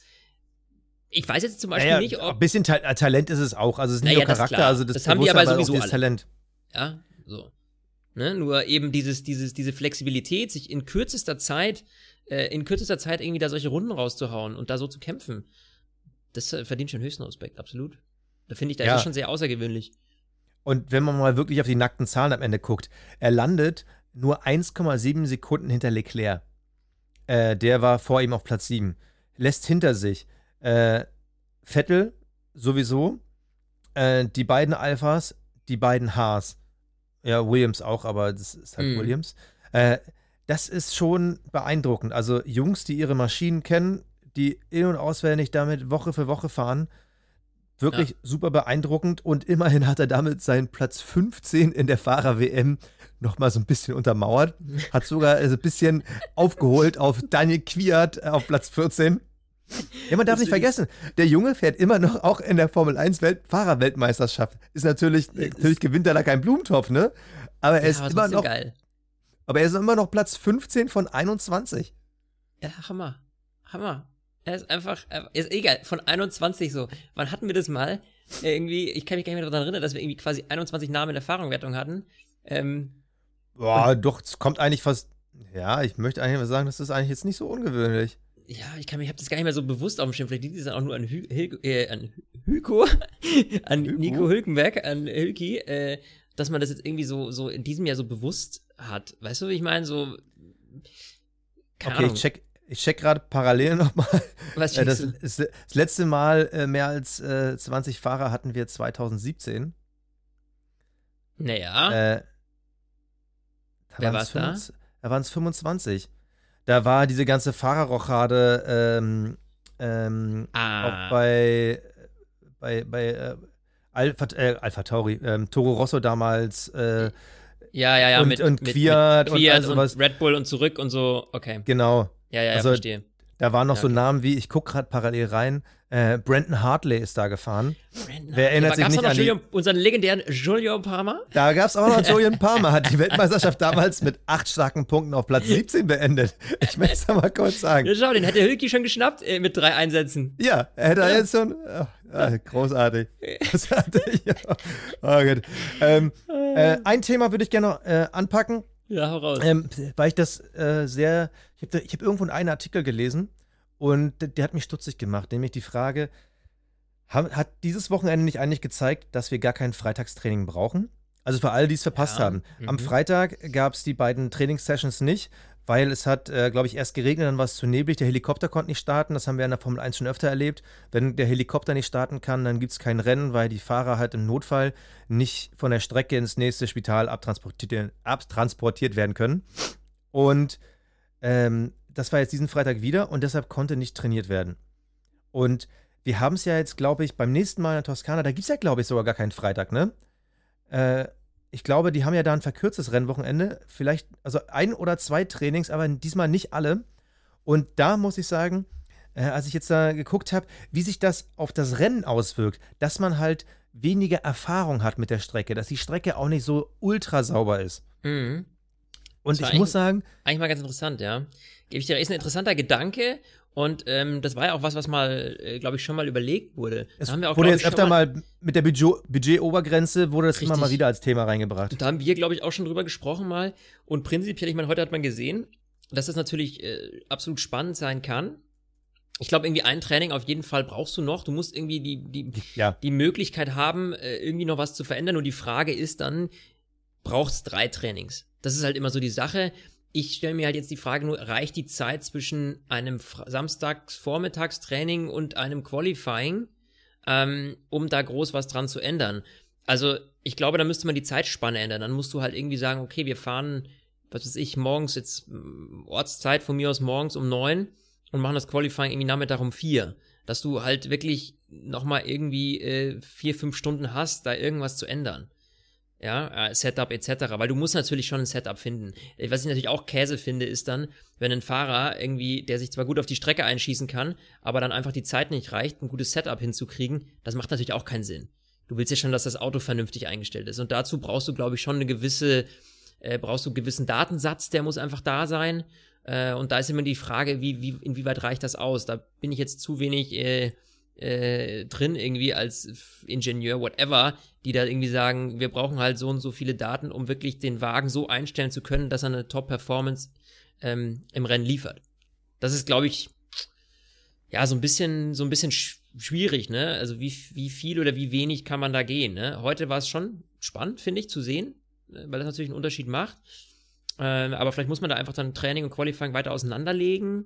ich weiß jetzt zum Beispiel
naja,
nicht, ob...
ein bisschen Ta Talent ist es auch. Also es ist nicht
Naja,
nur
das ist
Charakter,
klar.
also das,
Das haben die aber
Bewusstsein,
sowieso
auch dieses
alle.
Talent.
Ja, so. Ne? Nur eben dieses, dieses, diese Flexibilität, sich in kürzester Zeit, äh, in kürzester Zeit irgendwie da solche Runden rauszuhauen und da so zu kämpfen, das äh, verdient schon höchsten Respekt, absolut. Da finde ich, da
Ja.
ist das schon sehr außergewöhnlich.
Und wenn man mal wirklich auf die nackten Zahlen am Ende guckt, er landet nur eins Komma sieben Sekunden hinter Leclerc. Äh, der war vor ihm auf Platz sieben. Lässt hinter sich äh, Vettel sowieso, äh, die beiden Alphas, die beiden Haas. Ja, Williams auch, aber das ist halt
Mhm.
Williams. Äh, das ist schon beeindruckend. Also Jungs, die ihre Maschinen kennen, die in- und auswendig damit Woche für Woche fahren, wirklich
Ja.
super beeindruckend. Und immerhin hat er damit seinen Platz fünfzehn in der Fahrer-W M nochmal so ein bisschen untermauert. Hat sogar also ein bisschen aufgeholt auf Daniel Kwiat äh, auf Platz vierzehn. Ja, man darf
Das
nicht
find ich-
vergessen, der Junge fährt immer noch auch in der Formel eins Welt Fahrerweltmeisterschaft. Ist natürlich,
Ja, ist-
natürlich gewinnt er da keinen Blumentopf, ne? Aber er
Ja,
ist
aber
immer
trotzdem
noch,
geil.
aber er ist immer noch Platz fünfzehn von einundzwanzig.
Ja, Hammer. Hammer. Er ist einfach, er ist egal, von einundzwanzig so. Wann hatten wir das mal? Irgendwie, ich kann mich gar nicht mehr daran erinnern, dass wir irgendwie quasi einundzwanzig Namen in der Fahrerwertung hatten. Ähm,
Boah, doch, es kommt eigentlich fast, ja, ich möchte eigentlich mal sagen, das ist eigentlich jetzt nicht so ungewöhnlich.
ja, ich kann mich, ich habe das gar nicht mehr so bewusst auf dem Schirm. Vielleicht liegt es dann auch nur an, Hü Hil äh, an Hyko, an
Hyko?
Nico Hülkenberg, an Hülki, äh, dass man das jetzt irgendwie so, so in diesem Jahr so bewusst hat. Weißt du, wie ich meine? So, keine
Okay,
Ahnung.
ich check, ich check gerade parallel nochmal.
Was
Äh, das,
checkst du?
ist, das letzte Mal äh, mehr als äh, zwanzig Fahrer hatten wir zweitausendsiebzehn.
Naja,
Äh,
Wer
waren's
war's da?
fünfundzwanzig Da waren es fünfundzwanzig. Da war diese ganze Fahrerrochade ähm, ähm,
ah,
auch bei, bei, bei äh, Alpha, äh, Alpha Tauri, ähm, Toro Rosso damals äh,
ja, ja, ja,
und,
mit,
und
mit,
Kwiat
mit
und
Kwiat
all sowas.
und Red Bull und zurück und so, okay.
Genau.
Ja, ja, ja,
Also,
verstehe.
Da waren noch
Ja,
so
okay.
Namen wie, ich gucke gerade parallel rein, äh, Brandon Hartley ist da gefahren.
Brandon
wer erinnert
aber
sich
gab's
nicht
da noch
an die-
Julio, unseren legendären Julio Palmer?
Da gab es auch noch Julian Palmer, hat die Weltmeisterschaft damals mit acht starken Punkten auf Platz siebzehn beendet. Ich möchte es mal kurz sagen.
Ja, schau, den hätte Hülki schon geschnappt äh, mit drei Einsätzen.
Ja, er hätte jetzt schon. Ach, ah, großartig. Großartig. Ja. Oh Gott. Ähm, äh, ein Thema würde ich gerne noch äh, anpacken,
Ja, hau raus.
ähm, weil ich das äh, sehr. Ich habe ich hab irgendwo einen Artikel gelesen und der, der hat mich stutzig gemacht, nämlich die Frage: Hat, hat dieses Wochenende nicht eigentlich gezeigt, dass wir gar kein Freitagstraining brauchen? Also für alle, die es verpasst
Ja,
haben. Am
mhm.
Freitag gab es die beiden Trainingssessions nicht, weil es hat, äh, glaube ich, erst geregnet, dann war es zu neblig, der Helikopter konnte nicht starten, das haben wir in der Formel eins schon öfter erlebt. Wenn der Helikopter nicht starten kann, dann gibt es kein Rennen, weil die Fahrer halt im Notfall nicht von der Strecke ins nächste Spital abtransportiert, abtransportiert werden können. Und ähm, das war jetzt diesen Freitag wieder und deshalb konnte nicht trainiert werden. Und wir haben es ja jetzt, glaube ich, beim nächsten Mal in der Toskana, da gibt es ja, glaube ich, sogar gar keinen Freitag, ne? Äh, ich glaube, die haben ja da ein verkürztes Rennwochenende. Vielleicht, also ein oder zwei Trainings, aber diesmal nicht alle. Und da muss ich sagen, äh, als ich jetzt da geguckt habe, wie sich das auf das Rennen auswirkt, dass man halt weniger Erfahrung hat mit der Strecke, dass die Strecke auch nicht so ultra sauber ist.
Mhm.
Und
Das war
ich muss sagen,
eigentlich mal ganz interessant, ja. Gebe ich dir, ist ein interessanter Gedanke und ähm, das war ja auch was, was mal, äh, glaube ich, schon mal überlegt wurde.
es
Da haben wir auch,
wurde
glaub ich,
jetzt öfter
schon mal,
mal mit der Budget- Budgetobergrenze, wurde das immer mal
Richtig.
wieder als Thema reingebracht.
da haben wir, glaube ich, auch schon drüber gesprochen mal. Und prinzipiell, ich meine, heute hat man gesehen, dass das natürlich äh, absolut spannend sein kann. Ich glaube, irgendwie ein Training auf jeden Fall brauchst du noch. Du musst irgendwie die, die,
Ja.
die Möglichkeit haben, äh, irgendwie noch was zu verändern. Und die Frage ist dann, braucht es drei Trainings? Das ist halt immer so die Sache. Ich stelle mir halt jetzt die Frage nur, reicht die Zeit zwischen einem Fr- Samstags-Vormittagstraining und einem Qualifying, ähm, um da groß was dran zu ändern? Also, ich glaube, da müsste man die Zeitspanne ändern. Dann musst du halt irgendwie sagen, okay, wir fahren, was weiß ich, morgens jetzt mm, Ortszeit von mir aus morgens um neun und machen das Qualifying irgendwie Nachmittag um vier. Dass du halt wirklich nochmal irgendwie äh, vier, fünf Stunden hast, da irgendwas zu ändern. Ja, äh, Setup et cetera. Weil du musst natürlich schon ein Setup finden. Äh, Was ich natürlich auch Käse finde, ist dann, wenn ein Fahrer irgendwie, der sich zwar gut auf die Strecke einschießen kann, aber dann einfach die Zeit nicht reicht, ein gutes Setup hinzukriegen, das macht natürlich auch keinen Sinn. Du willst ja schon, dass das Auto vernünftig eingestellt ist. Und dazu brauchst du, glaube ich, schon eine gewisse, äh, brauchst du einen gewissen Datensatz, der muss einfach da sein. Äh, und da ist immer die Frage, wie, wie, inwieweit reicht das aus? Da bin ich jetzt zu wenig äh, äh, drin irgendwie als F- Ingenieur, whatever, die da irgendwie sagen, wir brauchen halt so und so viele Daten, um wirklich den Wagen so einstellen zu können, dass er eine Top-Performance ähm, im Rennen liefert. Das ist, glaube ich, ja, so ein bisschen, so ein bisschen sch- schwierig, ne? Also wie, wie viel oder wie wenig kann man da gehen, ne? Heute war es schon spannend, finde ich, zu sehen, ne? Weil das natürlich einen Unterschied macht. Ähm, aber vielleicht muss man da einfach dann Training und Qualifying weiter auseinanderlegen.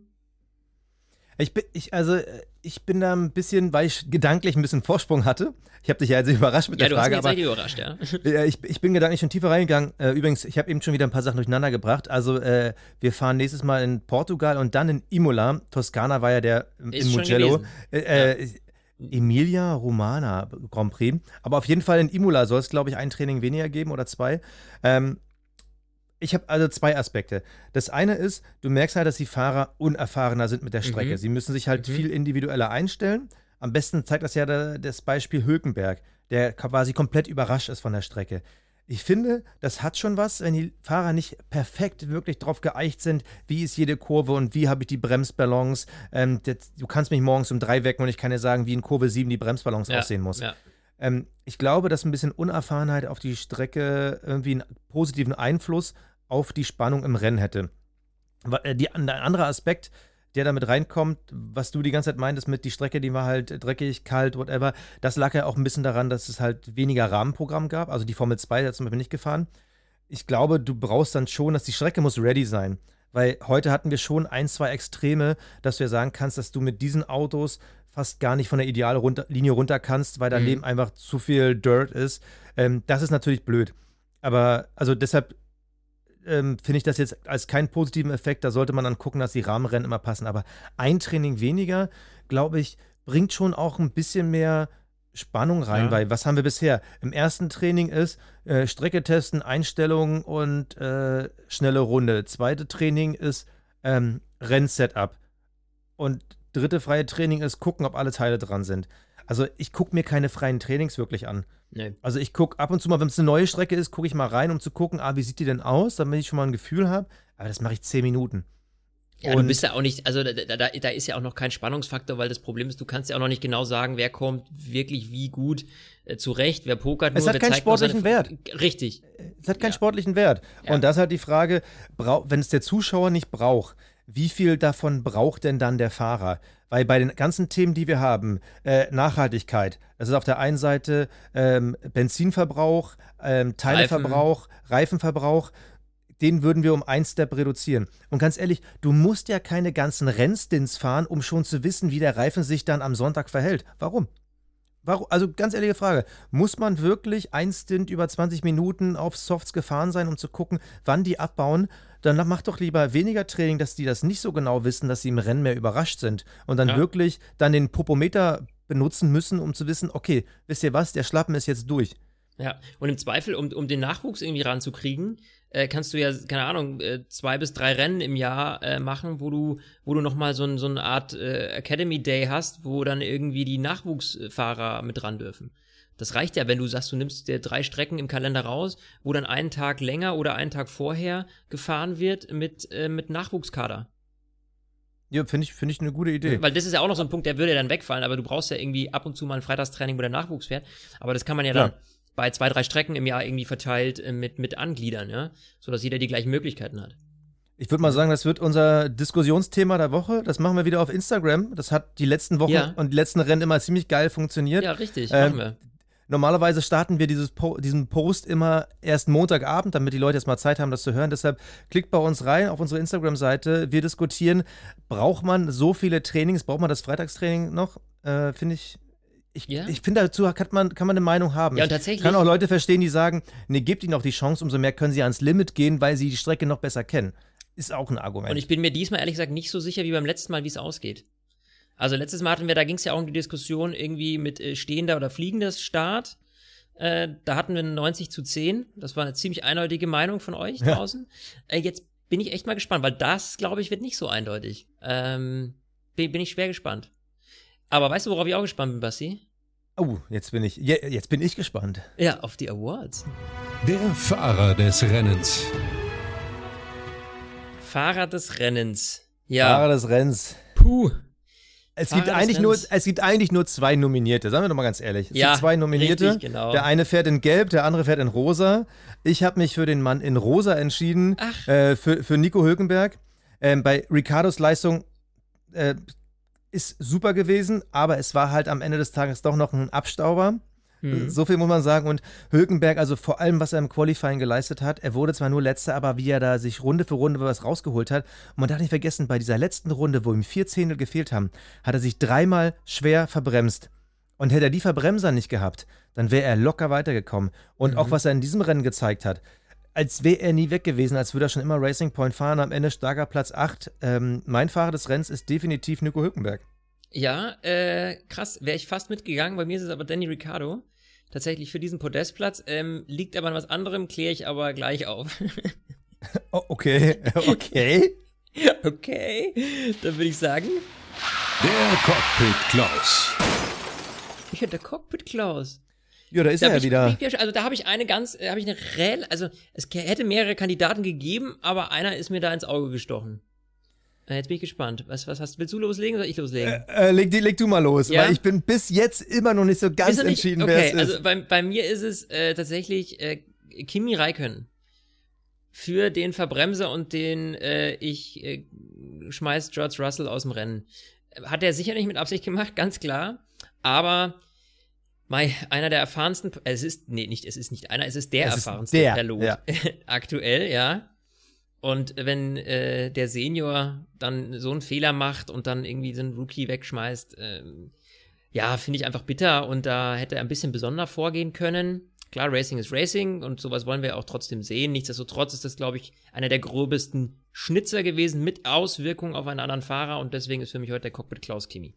Ich bin, ich, also, äh, ich bin da ein bisschen, weil ich gedanklich ein bisschen Vorsprung hatte. Ich habe dich ja also überrascht mit
Ja,
der
du hast
Frage,
mich jetzt
aber
richtig überrascht, ja.
Ja, ich, ich bin gedanklich schon tiefer reingegangen. Äh, übrigens, ich habe eben schon wieder ein paar Sachen durcheinander gebracht. Also, äh, wir fahren nächstes Mal in Portugal und dann in Imola. Toskana war ja der ähm,
Ist
in
schon
Mugello.
gewesen.
Äh, äh, Emilia Romana Grand Prix. Aber auf jeden Fall in Imola soll es, glaube ich, ein Training weniger geben oder zwei. Ähm, ich habe also zwei Aspekte. Das eine ist, du merkst halt, dass die Fahrer unerfahrener sind mit der Strecke.
Mhm.
Sie müssen sich halt
Mhm.
viel individueller einstellen. Am besten zeigt das ja da, das Beispiel Hülkenberg, der quasi komplett überrascht ist von der Strecke. Ich finde, das hat schon was, wenn die Fahrer nicht perfekt wirklich drauf geeicht sind, wie ist jede Kurve und wie habe ich die Bremsballons. Ähm, das, du kannst mich morgens um drei wecken und ich kann dir sagen, wie in Kurve sieben die Bremsballons
Ja,
aussehen muss.
ja.
Ähm, ich glaube, dass ein bisschen Unerfahrenheit auf die Strecke irgendwie einen positiven Einfluss auf die Spannung im Rennen hätte. Wa- äh, Die, ein anderer Aspekt, der damit reinkommt, was du die ganze Zeit meintest mit die Strecke, die war halt dreckig, kalt, whatever, das lag ja auch ein bisschen daran, dass es halt weniger Rahmenprogramm gab. Also die Formel zwei hat zum Beispiel nicht gefahren. Ich glaube, du brauchst dann schon, dass die Strecke muss ready sein. Weil heute hatten wir schon ein, zwei Extreme, dass du ja sagen kannst, dass du mit diesen Autos fast gar nicht von der Ideallinie runter, Linie runter kannst, weil daneben
Mhm.
einfach zu viel Dirt ist. Ähm, das ist natürlich blöd. Aber also deshalb ähm, finde ich das jetzt als keinen positiven Effekt. Da sollte man dann gucken, dass die Rahmenrennen immer passen. Aber ein Training weniger, glaube ich, bringt schon auch ein bisschen mehr Spannung rein,
Ja.
weil was haben wir bisher? Im ersten Training ist äh, Strecke testen, Einstellungen und äh, schnelle Runde. Zweite Training ist ähm, Rennsetup. Und dritte freie Training ist gucken, ob alle Teile dran sind. Also ich gucke mir keine freien Trainings wirklich an.
Nee.
Also ich gucke ab und zu mal, wenn es eine neue Strecke ist, gucke ich mal rein, um zu gucken, ah, wie sieht die denn aus, damit ich schon mal ein Gefühl habe. Aber das mache ich zehn Minuten.
Ja, du
Und-
bist ja auch nicht, also da, da, da da ist ja auch noch kein Spannungsfaktor, weil das Problem ist, du kannst ja auch noch nicht genau sagen, wer kommt wirklich wie gut äh, zurecht, wer pokert nur,
Es hat
wer
keinen
zeigt nur seine-
sportlichen
Richtig.
Es hat keinen
Ja.
sportlichen Wert.
Ja.
Und das ist halt die Frage, brau- wenn es der Zuschauer nicht braucht, wie viel davon braucht denn dann der Fahrer? Weil bei den ganzen Themen, die wir haben, äh, Nachhaltigkeit, das ist auf der einen Seite ähm, Benzinverbrauch, ähm, Teileverbrauch, Reifenverbrauch, den würden wir um ein Step reduzieren. Und ganz ehrlich, du musst ja keine ganzen Rennstints fahren, um schon zu wissen, wie der Reifen sich dann am Sonntag verhält. Warum? Warum? Also ganz ehrliche Frage, muss man wirklich ein Stint über zwanzig Minuten auf Softs gefahren sein, um zu gucken, wann die abbauen? Dann mach doch lieber weniger Training, dass die das nicht so genau wissen, dass sie im Rennen mehr überrascht sind und dann
Ja.
wirklich dann den Popometer benutzen müssen, um zu wissen, okay, wisst ihr was, der Schlappen ist jetzt durch.
Ja, und im Zweifel, um, um den Nachwuchs irgendwie ranzukriegen, äh, kannst du ja, keine Ahnung, äh, zwei bis drei Rennen im Jahr äh, machen, wo du, wo du nochmal so, ein, so eine Art äh, Academy Day hast, wo dann irgendwie die Nachwuchsfahrer mit ran dürfen. Das reicht ja, wenn du sagst, du nimmst dir drei Strecken im Kalender raus, wo dann einen Tag länger oder einen Tag vorher gefahren wird mit, äh, mit Nachwuchskader.
Ja, finde ich, find ich eine gute Idee.
Weil das ist ja auch noch so ein Punkt, der würde dann wegfallen, aber du brauchst ja irgendwie ab und zu mal ein Freitagstraining, wo der Nachwuchs fährt. Aber das kann man ja
Klar.
dann bei zwei, drei Strecken im Jahr irgendwie verteilt äh, mit, mit angliedern, ja, sodass jeder die gleichen Möglichkeiten hat.
Ich würde mal sagen, das wird unser Diskussionsthema der Woche. Das machen wir wieder auf Instagram. Das hat die letzten Wochen
Ja.
und die letzten Rennen immer ziemlich geil funktioniert.
Ja, richtig,
Ähm,
machen wir.
Normalerweise starten wir dieses po- diesen Post immer erst Montagabend, damit die Leute jetzt mal Zeit haben, das zu hören. Deshalb klickt bei uns rein auf unsere Instagram-Seite. Wir diskutieren, braucht man so viele Trainings, braucht man das Freitagstraining noch? Äh, finde ich, ich,
Ja.
ich finde dazu kann man, kann man eine Meinung haben.
Ja, und
ich
tatsächlich-
kann auch Leute verstehen, die sagen, nee, gebt ihnen auch die Chance, umso mehr können sie ans Limit gehen, weil sie die Strecke noch besser kennen. Ist auch ein Argument.
Und ich bin mir diesmal ehrlich gesagt nicht so sicher wie beim letzten Mal, wie es ausgeht. Also letztes Mal hatten wir, da ging es ja auch um die Diskussion irgendwie mit äh, stehender oder fliegender Start. Äh, da hatten wir neunzig zu zehn. Das war eine ziemlich eindeutige Meinung von euch
Ja.
draußen. Äh, jetzt bin ich echt mal gespannt, weil das, glaube ich, wird nicht so eindeutig. Ähm, bin, bin ich schwer gespannt. Aber weißt du, worauf ich auch gespannt bin, Basti?
Oh, jetzt bin ich, je- jetzt bin ich gespannt.
Ja, auf die Awards.
Der Fahrer des Rennens.
Fahrer des Rennens. Ja,
Fahrer des Rennens.
puh.
Es
Fahrer
gibt,
des
eigentlich nur,
Rennens.
es gibt eigentlich nur zwei Nominierte, sagen wir doch mal ganz ehrlich. Es
Ja,
gibt zwei Nominierte.
richtig, genau.
Der eine fährt in Gelb, der andere fährt in Rosa. Ich habe mich für den Mann in Rosa entschieden,
Ach.
äh, für, für Nico Hülkenberg. Ähm, bei Ricardos Leistung äh, ist super gewesen, aber es war halt am Ende des Tages doch noch ein Abstauber.
Hm.
So viel muss man sagen. Und Hülkenberg, also vor allem, was er im Qualifying geleistet hat, er wurde zwar nur Letzter, aber wie er da sich Runde für Runde was rausgeholt hat. Und man darf nicht vergessen, bei dieser letzten Runde, wo ihm vier Zehntel gefehlt haben, hat er sich dreimal schwer verbremst. Und hätte er die Verbremser nicht gehabt, dann wäre er locker weitergekommen. Und
Mhm.
auch was er in diesem Rennen gezeigt hat, als wäre er nie weg gewesen, als würde er schon immer Racing Point fahren. Am Ende starker Platz acht. Ähm, mein Fahrer des Rennens ist definitiv Nico Hülkenberg.
Ja, äh, krass, wäre ich fast mitgegangen. Bei mir ist es aber Danny Ricciardo. Tatsächlich für diesen Podestplatz. Ähm, liegt aber an was anderem, kläre ich aber gleich auf.
Oh, okay, okay.
Okay, dann würde ich sagen,
Der Cockpit Klaus.
ich hätte Cockpit Klaus.
Ja, da ist
Da
er
hab
ja
ich,
wieder.
ich- Also da habe ich eine ganz, äh, habe ich eine Rel, also es k- hätte mehrere Kandidaten gegeben, aber einer ist mir da ins Auge gestochen. Äh, Jetzt bin ich gespannt. Was, was hast, willst du loslegen oder soll ich loslegen?
Äh, leg, die- leg du mal los,
Ja?
weil ich bin bis jetzt immer noch nicht so ganz
Ist er nicht-
entschieden,
okay,
wer es ist.
also bei, bei mir ist es äh, tatsächlich äh, Kimi Räikkönen. Für den Verbremser und den äh, ich äh, schmeiß George Russell aus dem Rennen. Hat er sicher nicht mit Absicht gemacht, ganz klar. Aber mei, einer der erfahrensten, äh, es ist, nee, nicht, es ist nicht einer, es ist der
Es ist
erfahrenste
der,
Pilot
ja.
aktuell, ja. Und wenn äh, der Senior dann so einen Fehler macht und dann irgendwie so einen Rookie wegschmeißt, ähm, ja, finde ich einfach bitter und da hätte er ein bisschen besonder vorgehen können. Klar, Racing ist Racing und sowas wollen wir auch trotzdem sehen. Nichtsdestotrotz ist das, glaube ich, einer der gröbesten Schnitzer gewesen mit Auswirkungen auf einen anderen Fahrer und deswegen ist für mich heute der Cockpit Klaus Kimi.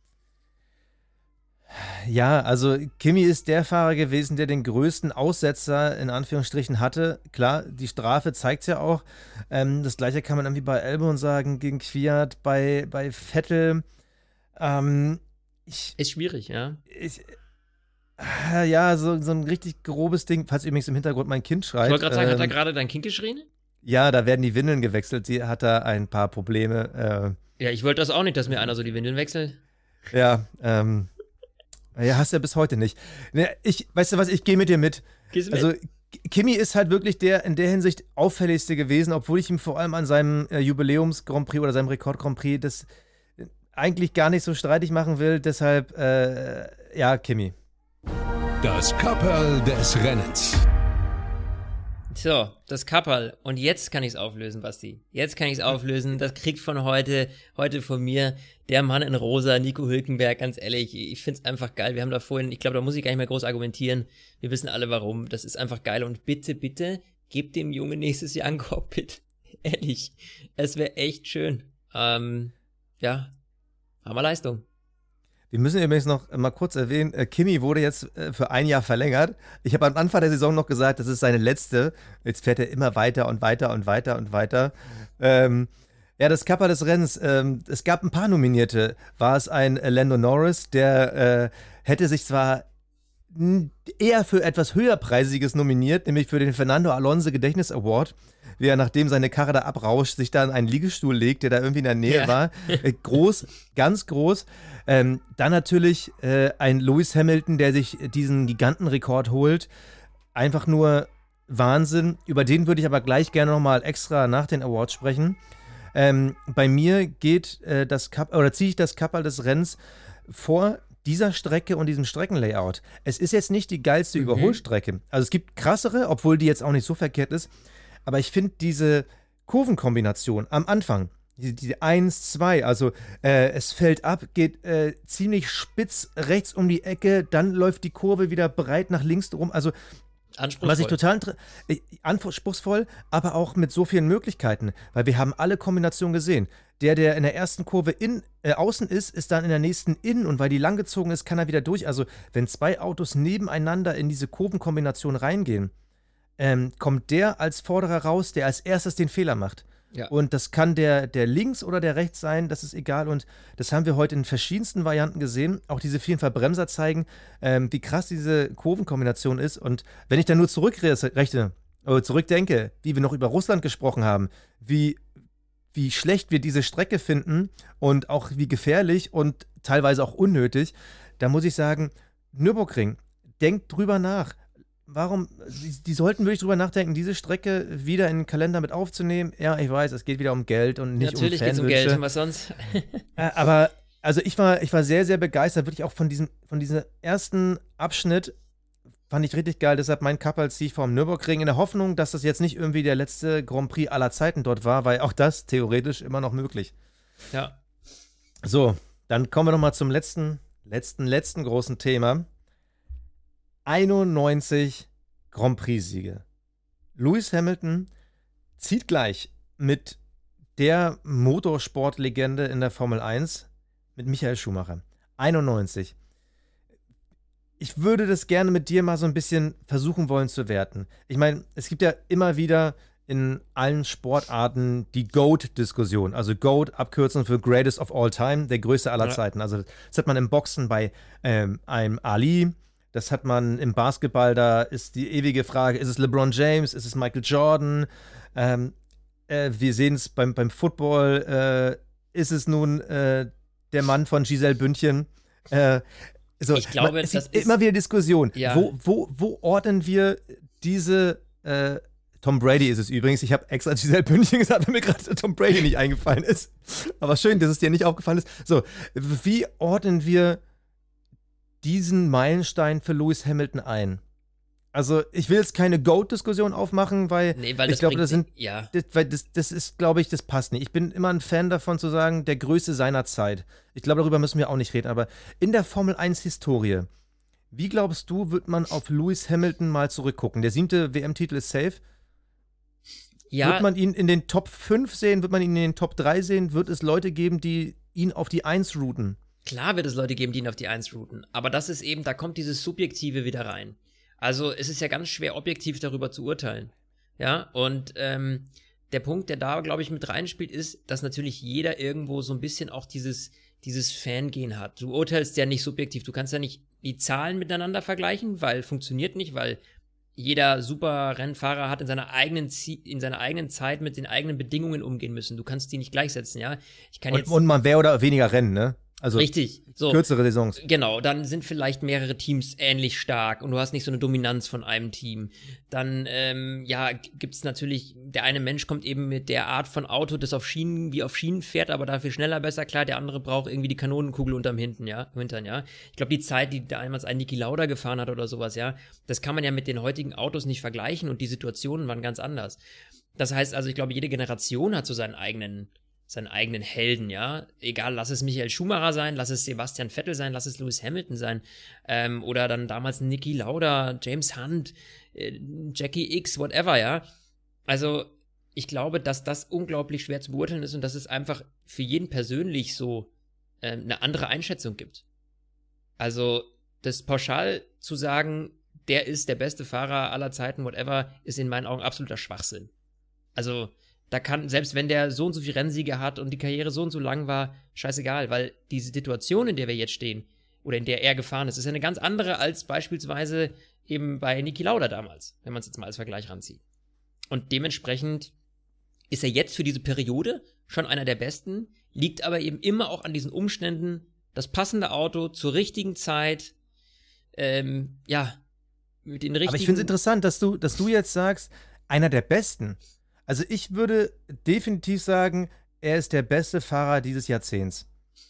Ja, also Kimi ist der Fahrer gewesen, der den größten Aussetzer in Anführungsstrichen hatte. Klar, die Strafe zeigt es ja auch. Ähm, das gleiche kann man irgendwie bei Albon sagen, gegen Kvyat, bei, bei Vettel. Ähm, ich,
Ist schwierig, ja.
ich, ah, ja, so, so ein richtig grobes Ding, falls übrigens im Hintergrund mein Kind schreit.
Ich wollte gerade sagen, hat er
ähm,
gerade dein Kind geschrien?
ja, da werden die Windeln gewechselt. Sie hat da ein paar Probleme.
Ja, ich wollte das auch nicht, dass mir einer so die Windeln wechselt.
Äh, ja, ähm, ja, hast du ja bis heute nicht. Ne, ich, weißt du was, ich gehe mit dir mit.
Gehst du mit?
Also Kimi ist halt wirklich der in der Hinsicht auffälligste gewesen, obwohl ich ihm vor allem an seinem äh, Jubiläums-Grand Prix oder seinem Rekord-Grand Prix das äh, eigentlich gar nicht so streitig machen will. Deshalb, äh, ja, Kimi.
Das Kapperl des Rennens.
So, das Kapperl. Und jetzt kann ich es auflösen, Basti. Jetzt kann ich es auflösen. Das kriegt von heute, heute von mir der Mann in Rosa, Nico Hülkenberg. Ganz ehrlich, ich find's einfach geil. Wir haben da vorhin, ich glaube, da muss ich gar nicht mehr groß argumentieren. Wir wissen alle warum. Das ist einfach geil. Und bitte, bitte, gebt dem Jungen nächstes Jahr ein Cockpit. Ehrlich. Es wäre echt schön. Ähm, ja, Hammer Leistung.
Wir müssen übrigens noch mal kurz erwähnen, äh, Kimi wurde jetzt äh, für ein Jahr verlängert. Ich habe am Anfang der Saison noch gesagt, das ist seine letzte. Jetzt fährt er immer weiter und weiter und weiter und weiter. Ähm, ja, das Kappa des Rennens, ähm, es gab ein paar Nominierte. War es ein äh, Lando Norris, der äh, hätte sich zwar eher für etwas höherpreisiges nominiert, nämlich für den Fernando Alonso Gedächtnis Award, wie er, nachdem seine Karre da abrauscht, sich da in einen Liegestuhl legt, der da irgendwie in der Nähe
Ja.
war. Äh, groß, ganz groß. Ähm, dann natürlich äh, ein Lewis Hamilton, der sich diesen Gigantenrekord holt. Einfach nur Wahnsinn. Über den würde ich aber gleich gerne nochmal extra nach den Awards sprechen. Ähm, bei mir geht äh, das Cup, oder ziehe ich das Kapperl des Rennens vor dieser Strecke und diesem Streckenlayout. Es ist jetzt nicht die geilste
Mhm.
Überholstrecke. Also es gibt krassere, obwohl die jetzt auch nicht so verkehrt ist. Aber ich finde diese Kurvenkombination am Anfang, die, die eins, zwei, also äh, es fällt ab, geht äh, ziemlich spitz rechts um die Ecke, dann läuft die Kurve wieder breit nach links rum. Also
Anspruchsvoll.
was ich total inter- äh, anspruchsvoll, aber auch mit so vielen Möglichkeiten, weil wir haben alle Kombinationen gesehen. Der, der in der ersten Kurve in, äh, außen ist, ist dann in der nächsten innen, und weil die langgezogen ist, kann er wieder durch. Also wenn zwei Autos nebeneinander in diese Kurvenkombination reingehen, ähm, kommt der als Vorderer raus, der als erstes den Fehler macht.
Ja.
Und das kann der, der links oder der rechts sein, das ist egal. Und das haben wir heute in verschiedensten Varianten gesehen. Auch diese vielen Verbremser zeigen, ähm, wie krass diese Kurvenkombination ist. Und wenn ich dann nur zurückrechne, oder zurückdenke, wie wir noch über Russland gesprochen haben, wie, wie schlecht wir diese Strecke finden und auch wie gefährlich und teilweise auch unnötig, da muss ich sagen, Nürburgring, denkt drüber nach. Warum, die, die sollten wirklich drüber nachdenken, diese Strecke wieder in den Kalender mit aufzunehmen. Ja, ich weiß, es geht wieder um Geld und nicht
Natürlich
um
geht es um
Fanwünsche.
Geld, was sonst?
Äh, aber, also ich war, ich war sehr, sehr begeistert, wirklich auch von diesem, von diesem ersten Abschnitt. Fand ich richtig geil, deshalb mein Kapperl ziehe ich vom Nürburgring in der Hoffnung, dass das jetzt nicht irgendwie der letzte Grand Prix aller Zeiten dort war, weil auch das theoretisch immer noch möglich.
Ja.
So, dann kommen wir nochmal zum letzten, letzten, letzten großen Thema. einundneunzig Grand Prix-Siege. Lewis Hamilton zieht gleich mit der Motorsportlegende in der Formel eins, mit Michael Schumacher. einundneunzig. Ich würde das gerne mit dir mal so ein bisschen versuchen wollen zu werten. Ich meine, es gibt ja immer wieder in allen Sportarten die GOAT-Diskussion. Also GOAT, Abkürzung für Greatest of All Time, der größte aller
Ja.
Zeiten. Also das hat man im Boxen bei ähm, einem Ali, das hat man im Basketball, da ist die ewige Frage, ist es LeBron James, ist es Michael Jordan? Ähm, äh, wir sehen es beim, beim Football, äh, ist es nun äh, der Mann von Giselle Bündchen? Äh, so,
Ich glaube,
man, es
das
gibt
ist-
immer wieder Diskussion.
Ja.
Wo, wo, wo ordnen wir diese äh, Tom Brady ist es übrigens. Ich habe extra Giselle Bündchen gesagt, weil mir gerade Tom Brady nicht eingefallen ist. Aber schön, dass es dir nicht aufgefallen ist. So, wie ordnen wir diesen Meilenstein für Lewis Hamilton ein? Also, ich will jetzt keine GOAT-Diskussion aufmachen, weil
Nee, weil
ich
das
glaube,
bringt-
das sind
ja.
das, weil das, das ist, glaube ich, das passt nicht. Ich bin immer ein Fan davon zu sagen, der Größte seiner Zeit. Ich glaube, darüber müssen wir auch nicht reden. Aber in der Formel eins-Historie, wie glaubst du, wird man auf Lewis Hamilton mal zurückgucken? Der siebte W M-Titel ist safe.
Ja,
Wird man ihn in den Top fünf sehen? Wird man ihn in den Top drei sehen? Wird es Leute geben, die ihn auf die eins routen?
klar wird es Leute geben, die ihn auf die eins routen. Aber das ist eben, da kommt dieses Subjektive wieder rein. Also es ist ja ganz schwer, objektiv darüber zu urteilen. Ja, und ähm, der Punkt, der da, glaube ich, mit reinspielt, ist, dass natürlich jeder irgendwo so ein bisschen auch dieses, dieses Fangehen hat. Du urteilst ja nicht subjektiv. Du kannst ja nicht die Zahlen miteinander vergleichen, weil funktioniert nicht, weil jeder super Rennfahrer hat in seiner eigenen Zie- in seiner eigenen Zeit mit den eigenen Bedingungen umgehen müssen. Du kannst die nicht gleichsetzen, ja. Ich kann
Und,
jetzt
und man mehr oder weniger Rennen, ne? Also
richtig so.
kürzere Saisons.
Genau, dann sind vielleicht mehrere Teams ähnlich stark und du hast nicht so eine Dominanz von einem Team. Dann, ähm, ja, gibt es natürlich, der eine Mensch kommt eben mit der Art von Auto, das auf Schienen, wie auf Schienen fährt, aber dafür schneller, besser, klar, der andere braucht irgendwie die Kanonenkugel unterm Hinten, ja, Hintern, ja. Ich glaube, die Zeit, die damals ein Niki Lauda gefahren hat oder sowas, ja, das kann man ja mit den heutigen Autos nicht vergleichen und die Situationen waren ganz anders. Das heißt also, ich glaube, jede Generation hat so seinen eigenen seinen eigenen Helden, ja. Egal, lass es Michael Schumacher sein, lass es Sebastian Vettel sein, lass es Lewis Hamilton sein, ähm, oder dann damals Niki Lauda, James Hunt, äh, Jackie X, whatever, ja. Also, ich glaube, dass das unglaublich schwer zu beurteilen ist und dass es einfach für jeden persönlich so äh, eine andere Einschätzung gibt. Also, das pauschal zu sagen, der ist der beste Fahrer aller Zeiten, whatever, ist in meinen Augen absoluter Schwachsinn. Also, da kann, selbst wenn der so und so viele Rennsiege hat und die Karriere so und so lang war, scheißegal, weil diese Situation, in der wir jetzt stehen, oder in der er gefahren ist, ist ja eine ganz andere als beispielsweise eben bei Niki Lauda damals, wenn man es jetzt mal als Vergleich ranzieht. Und dementsprechend ist er jetzt für diese Periode schon einer der Besten, liegt aber eben immer auch an diesen Umständen, das passende Auto zur richtigen Zeit, ähm, ja, mit den richtigen...
Aber ich finde es interessant, dass du, dass du jetzt sagst, einer der Besten. Also ich würde definitiv sagen, er ist der beste Fahrer dieses Jahrzehnts.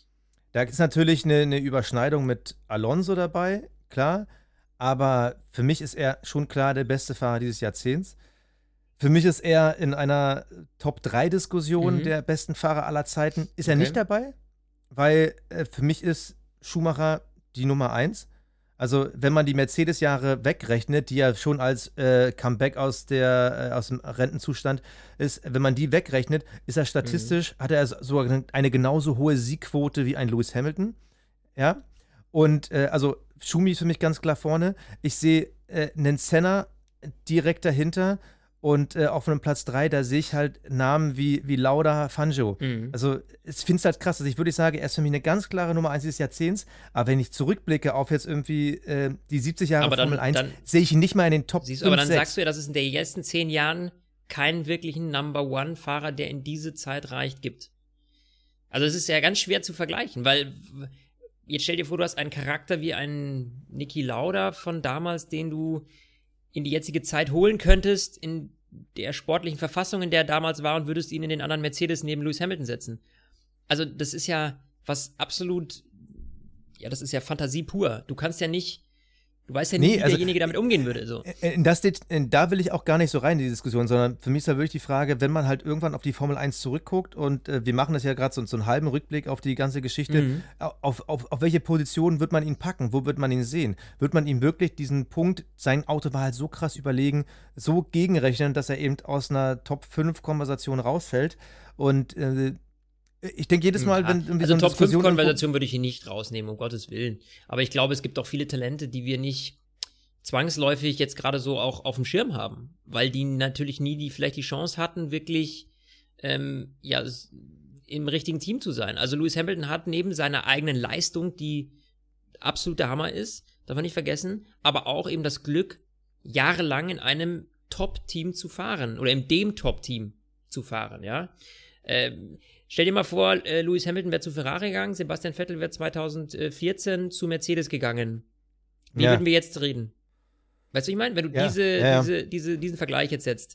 Da ist natürlich eine, eine Überschneidung mit Alonso dabei, klar, aber für mich ist er schon klar der beste Fahrer dieses Jahrzehnts. Für mich ist er in einer Top drei Diskussion
Mhm.
der besten Fahrer aller Zeiten, ist er
Okay.
nicht dabei, weil äh, für mich ist Schumacher die Nummer eins. Also wenn man die Mercedes-Jahre wegrechnet, die ja schon als äh, Comeback aus, der, äh, aus dem Rentenzustand ist, wenn man die wegrechnet, ist er statistisch, hat er sogar eine genauso hohe Siegquote wie ein Lewis Hamilton. Ja, und äh, also Schumi ist für mich ganz klar vorne. Ich sehe äh, einen Senna direkt dahinter und äh, auf einem Platz drei, da sehe ich halt Namen wie, wie Lauda, Fangio.
Mhm.
Also, ich finde es halt krass. Also, ich würde sagen, er ist für mich eine ganz klare Nummer eins dieses Jahrzehnts. Aber wenn ich zurückblicke auf jetzt irgendwie äh, die siebzig Jahre
Aber dann-
Formel eins,
dann-
sehe ich ihn nicht mal in den Top
Siehst du,
fünf,
aber dann
sechs.
sagst du ja, dass es in den letzten zehn Jahren keinen wirklichen Number-One-Fahrer, der in diese Zeit reicht, gibt. Also es ist ja ganz schwer zu vergleichen, weil w- jetzt stell dir vor, du hast einen Charakter wie einen Niki Lauda von damals, den du in die jetzige Zeit holen könntest, in der sportlichen Verfassung, in der er damals war, und würdest ihn in den anderen Mercedes neben Lewis Hamilton setzen. Also das ist ja was absolut, ja, das ist ja Fantasie pur. Du kannst ja nicht, du weißt ja nicht,
Nee,
wie
also-
derjenige damit umgehen würde. So.
In das, Det- in, da will ich auch gar nicht so rein in die Diskussion, sondern für mich ist da wirklich die Frage, wenn man halt irgendwann auf die Formel eins zurückguckt und äh, wir machen das ja gerade so, so einen halben Rückblick auf die ganze Geschichte,
Mhm.
auf, auf, auf welche Position wird man ihn packen? Wo wird man ihn sehen? Wird man ihm wirklich diesen Punkt, sein Auto war halt so krass überlegen, so gegenrechnen, dass er eben aus einer Top fünf Konversation rausfällt? Und äh, ich denke jedes Mal,
Ja,
wenn irgendwie
also
so eine
Top fünf
Diskussion
Konversation würde ich hier nicht rausnehmen, um Gottes Willen. Aber ich glaube, es gibt auch viele Talente, die wir nicht zwangsläufig jetzt gerade so auch auf dem Schirm haben, weil die natürlich nie die vielleicht die Chance hatten, wirklich ähm, ja s- im richtigen Team zu sein. Also Lewis Hamilton hat neben seiner eigenen Leistung, die absolut der Hammer ist, darf man nicht vergessen, aber auch eben das Glück, jahrelang in einem Top-Team zu fahren oder in dem Top-Team zu fahren, ja. Ähm, stell dir mal vor, äh, Lewis Hamilton wäre zu Ferrari gegangen, Sebastian Vettel wäre zweitausendvierzehn zu Mercedes gegangen. Wie
Ja.
würden wir jetzt reden? Weißt du, was ich meine? Wenn du
Ja,
diese,
ja, ja.
diese, diese, diesen Vergleich jetzt setzt.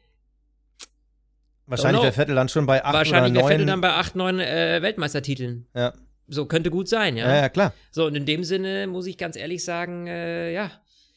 wahrscheinlich
Don't
wäre
know.
Vettel dann schon bei acht
Wahrscheinlich
oder
wäre Vettel dann
neun.
bei acht, neun äh, Weltmeistertiteln.
Ja.
So, könnte gut sein, ja?
Ja, ja, klar.
So, und in dem Sinne muss ich ganz ehrlich sagen, äh, ja.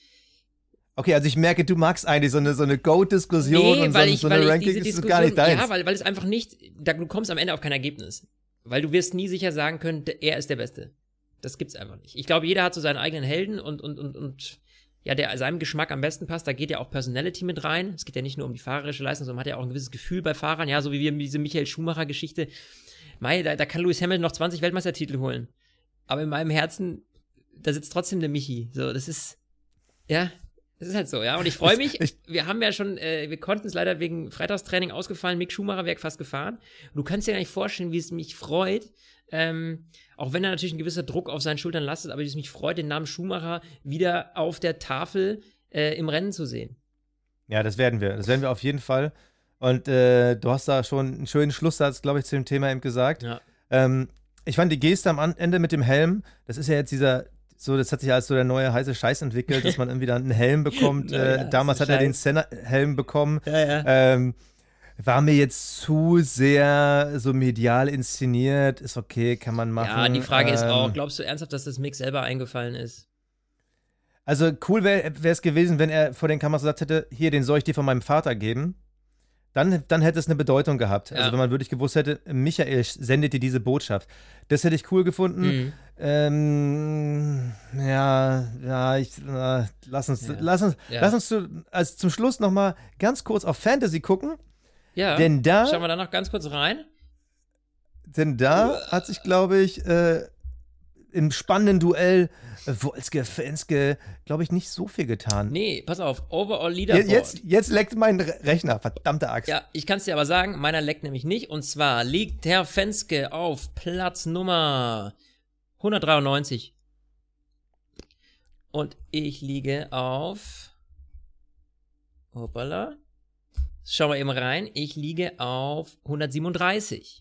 Okay, also ich merke, du magst eigentlich so eine, so eine Go-Diskussion und so,
weil
ein-
ich,
so
weil
eine
ich
Ranking
diese
ist
Diskussion,
gar nicht deins.
ja, weil, weil es einfach nicht, da, du kommst am Ende auf kein Ergebnis. Weil du wirst nie sicher sagen können, der- er ist der Beste. Das gibt's einfach nicht. Ich glaube, jeder hat so seinen eigenen Helden und, und, und, und ja, der seinem Geschmack am besten passt. Da geht ja auch Personality mit rein. Es geht ja nicht nur um die fahrerische Leistung, sondern man hat ja auch ein gewisses Gefühl bei Fahrern. Ja, so wie wir mit diese Michael Schumacher-Geschichte. Mei, da, da kann Lewis Hamilton noch zwanzig Weltmeistertitel holen. Aber in meinem Herzen, da sitzt trotzdem der Michi. So, das ist, ja, das ist halt so, ja. Und ich freue mich,
Ich-
wir haben ja schon, äh, wir konnten es leider wegen Freitagstraining ausgefallen, Mick Schumacher wäre fast gefahren. Und du kannst dir gar nicht vorstellen, wie es mich freut, ähm, auch wenn da natürlich ein gewisser Druck auf seinen Schultern lastet, aber wie es mich freut, den Namen Schumacher wieder auf der Tafel äh, im Rennen zu sehen.
Ja, das werden wir. Das werden wir auf jeden Fall. Und äh, du hast da schon einen schönen Schlusssatz, glaube ich, zu dem Thema eben gesagt.
Ja.
Ähm, ich fand die Geste am An- Ende mit dem Helm, das ist ja jetzt dieser, so, das hat sich ja als so der neue heiße Scheiß entwickelt, dass man irgendwie dann einen Helm bekommt.
Neuer
äh,
heiße
damals hat er den
Scheiß.
Senna-Helm bekommen.
Ja, ja.
Ähm, war mir jetzt zu sehr so medial inszeniert. Ist okay, kann man machen.
Ja, die Frage ist
Ähm,
auch, glaubst du ernsthaft, dass das Mick selber eingefallen ist?
Also cool wäre es gewesen, wenn er vor den Kameras gesagt hätte, hier, den soll ich dir von meinem Vater geben. Dann, dann hätte es eine Bedeutung gehabt.
Ja.
Also wenn man wirklich gewusst hätte, Michael sendet dir diese Botschaft. Das hätte ich cool gefunden.
Mhm.
Ähm, ja, ja, ich, äh, lass uns,
Ja.
lass uns,
Ja.
lass uns zu, also zum Schluss noch mal ganz kurz auf Fantasy gucken.
Ja,
Denn da,
schauen wir da noch ganz kurz rein.
denn da hat sich, glaube ich, äh, im spannenden Duell Wolzke, Fenske, glaube ich, nicht so viel getan.
Nee, pass auf, Overall Leaderboard.
Jetzt, jetzt leckt mein Re- Rechner, verdammte Axt.
Ja, ich kann es dir aber sagen, meiner leckt nämlich nicht. Und zwar liegt Herr Fenske auf Platz Nummer hundertdreiundneunzig. Und ich liege auf... Hoppala. Schauen wir eben rein. Ich liege auf hundertsiebenunddreißig.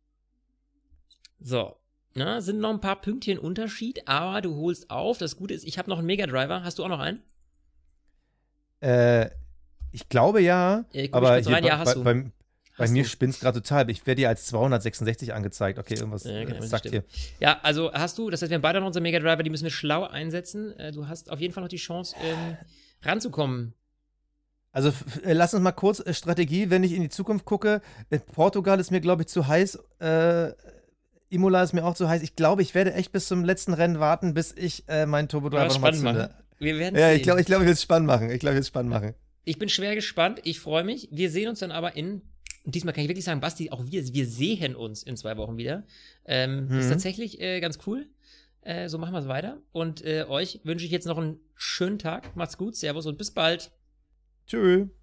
So. Na, sind noch ein paar Pünktchen Unterschied, aber du holst auf. Das Gute ist, ich habe noch einen Mega Driver. Hast du auch noch einen?
Äh, ich glaube ja,
Ja, guck,
aber
ich
hier
rein,
bei,
ja, hast
bei,
du.
bei, bei
Hast
mir
du.
spinnt es gerade total. Ich werde dir als zweihundertsechsundsechzig angezeigt. Okay, irgendwas
Ja, genau,
äh,
das
sagt
stimmt.
hier.
Ja, also hast du, das heißt, wir haben beide noch unsere Mega Driver, die müssen wir schlau einsetzen. Äh, du hast auf jeden Fall noch die Chance, ähm, ranzukommen.
Also f- äh, lass uns mal kurz äh, Strategie, wenn ich in die Zukunft gucke. Äh, Portugal ist mir, glaube ich, zu heiß. Äh, Imola ist mir auch zu heiß. Ich glaube, ich werde echt bis zum letzten Rennen warten, bis ich äh, meinen Turbo Driver
Ja,
nochmal
spannend
zünde.
machen. Wir werden
Ja,
sehen.
ich glaube, ich, glaub, ich will es spannend machen. Ich glaube, ich will es spannend machen.
Ich bin schwer gespannt. Ich freue mich. Wir sehen uns dann aber in. Und diesmal kann ich wirklich sagen, Basti, auch wir, wir sehen uns in zwei Wochen wieder. Ähm,
Mhm.
Ist tatsächlich äh, ganz cool. Äh, so machen wir es weiter. Und äh, euch wünsche ich jetzt noch einen schönen Tag. Macht's gut. Servus und bis bald.
Tschüss.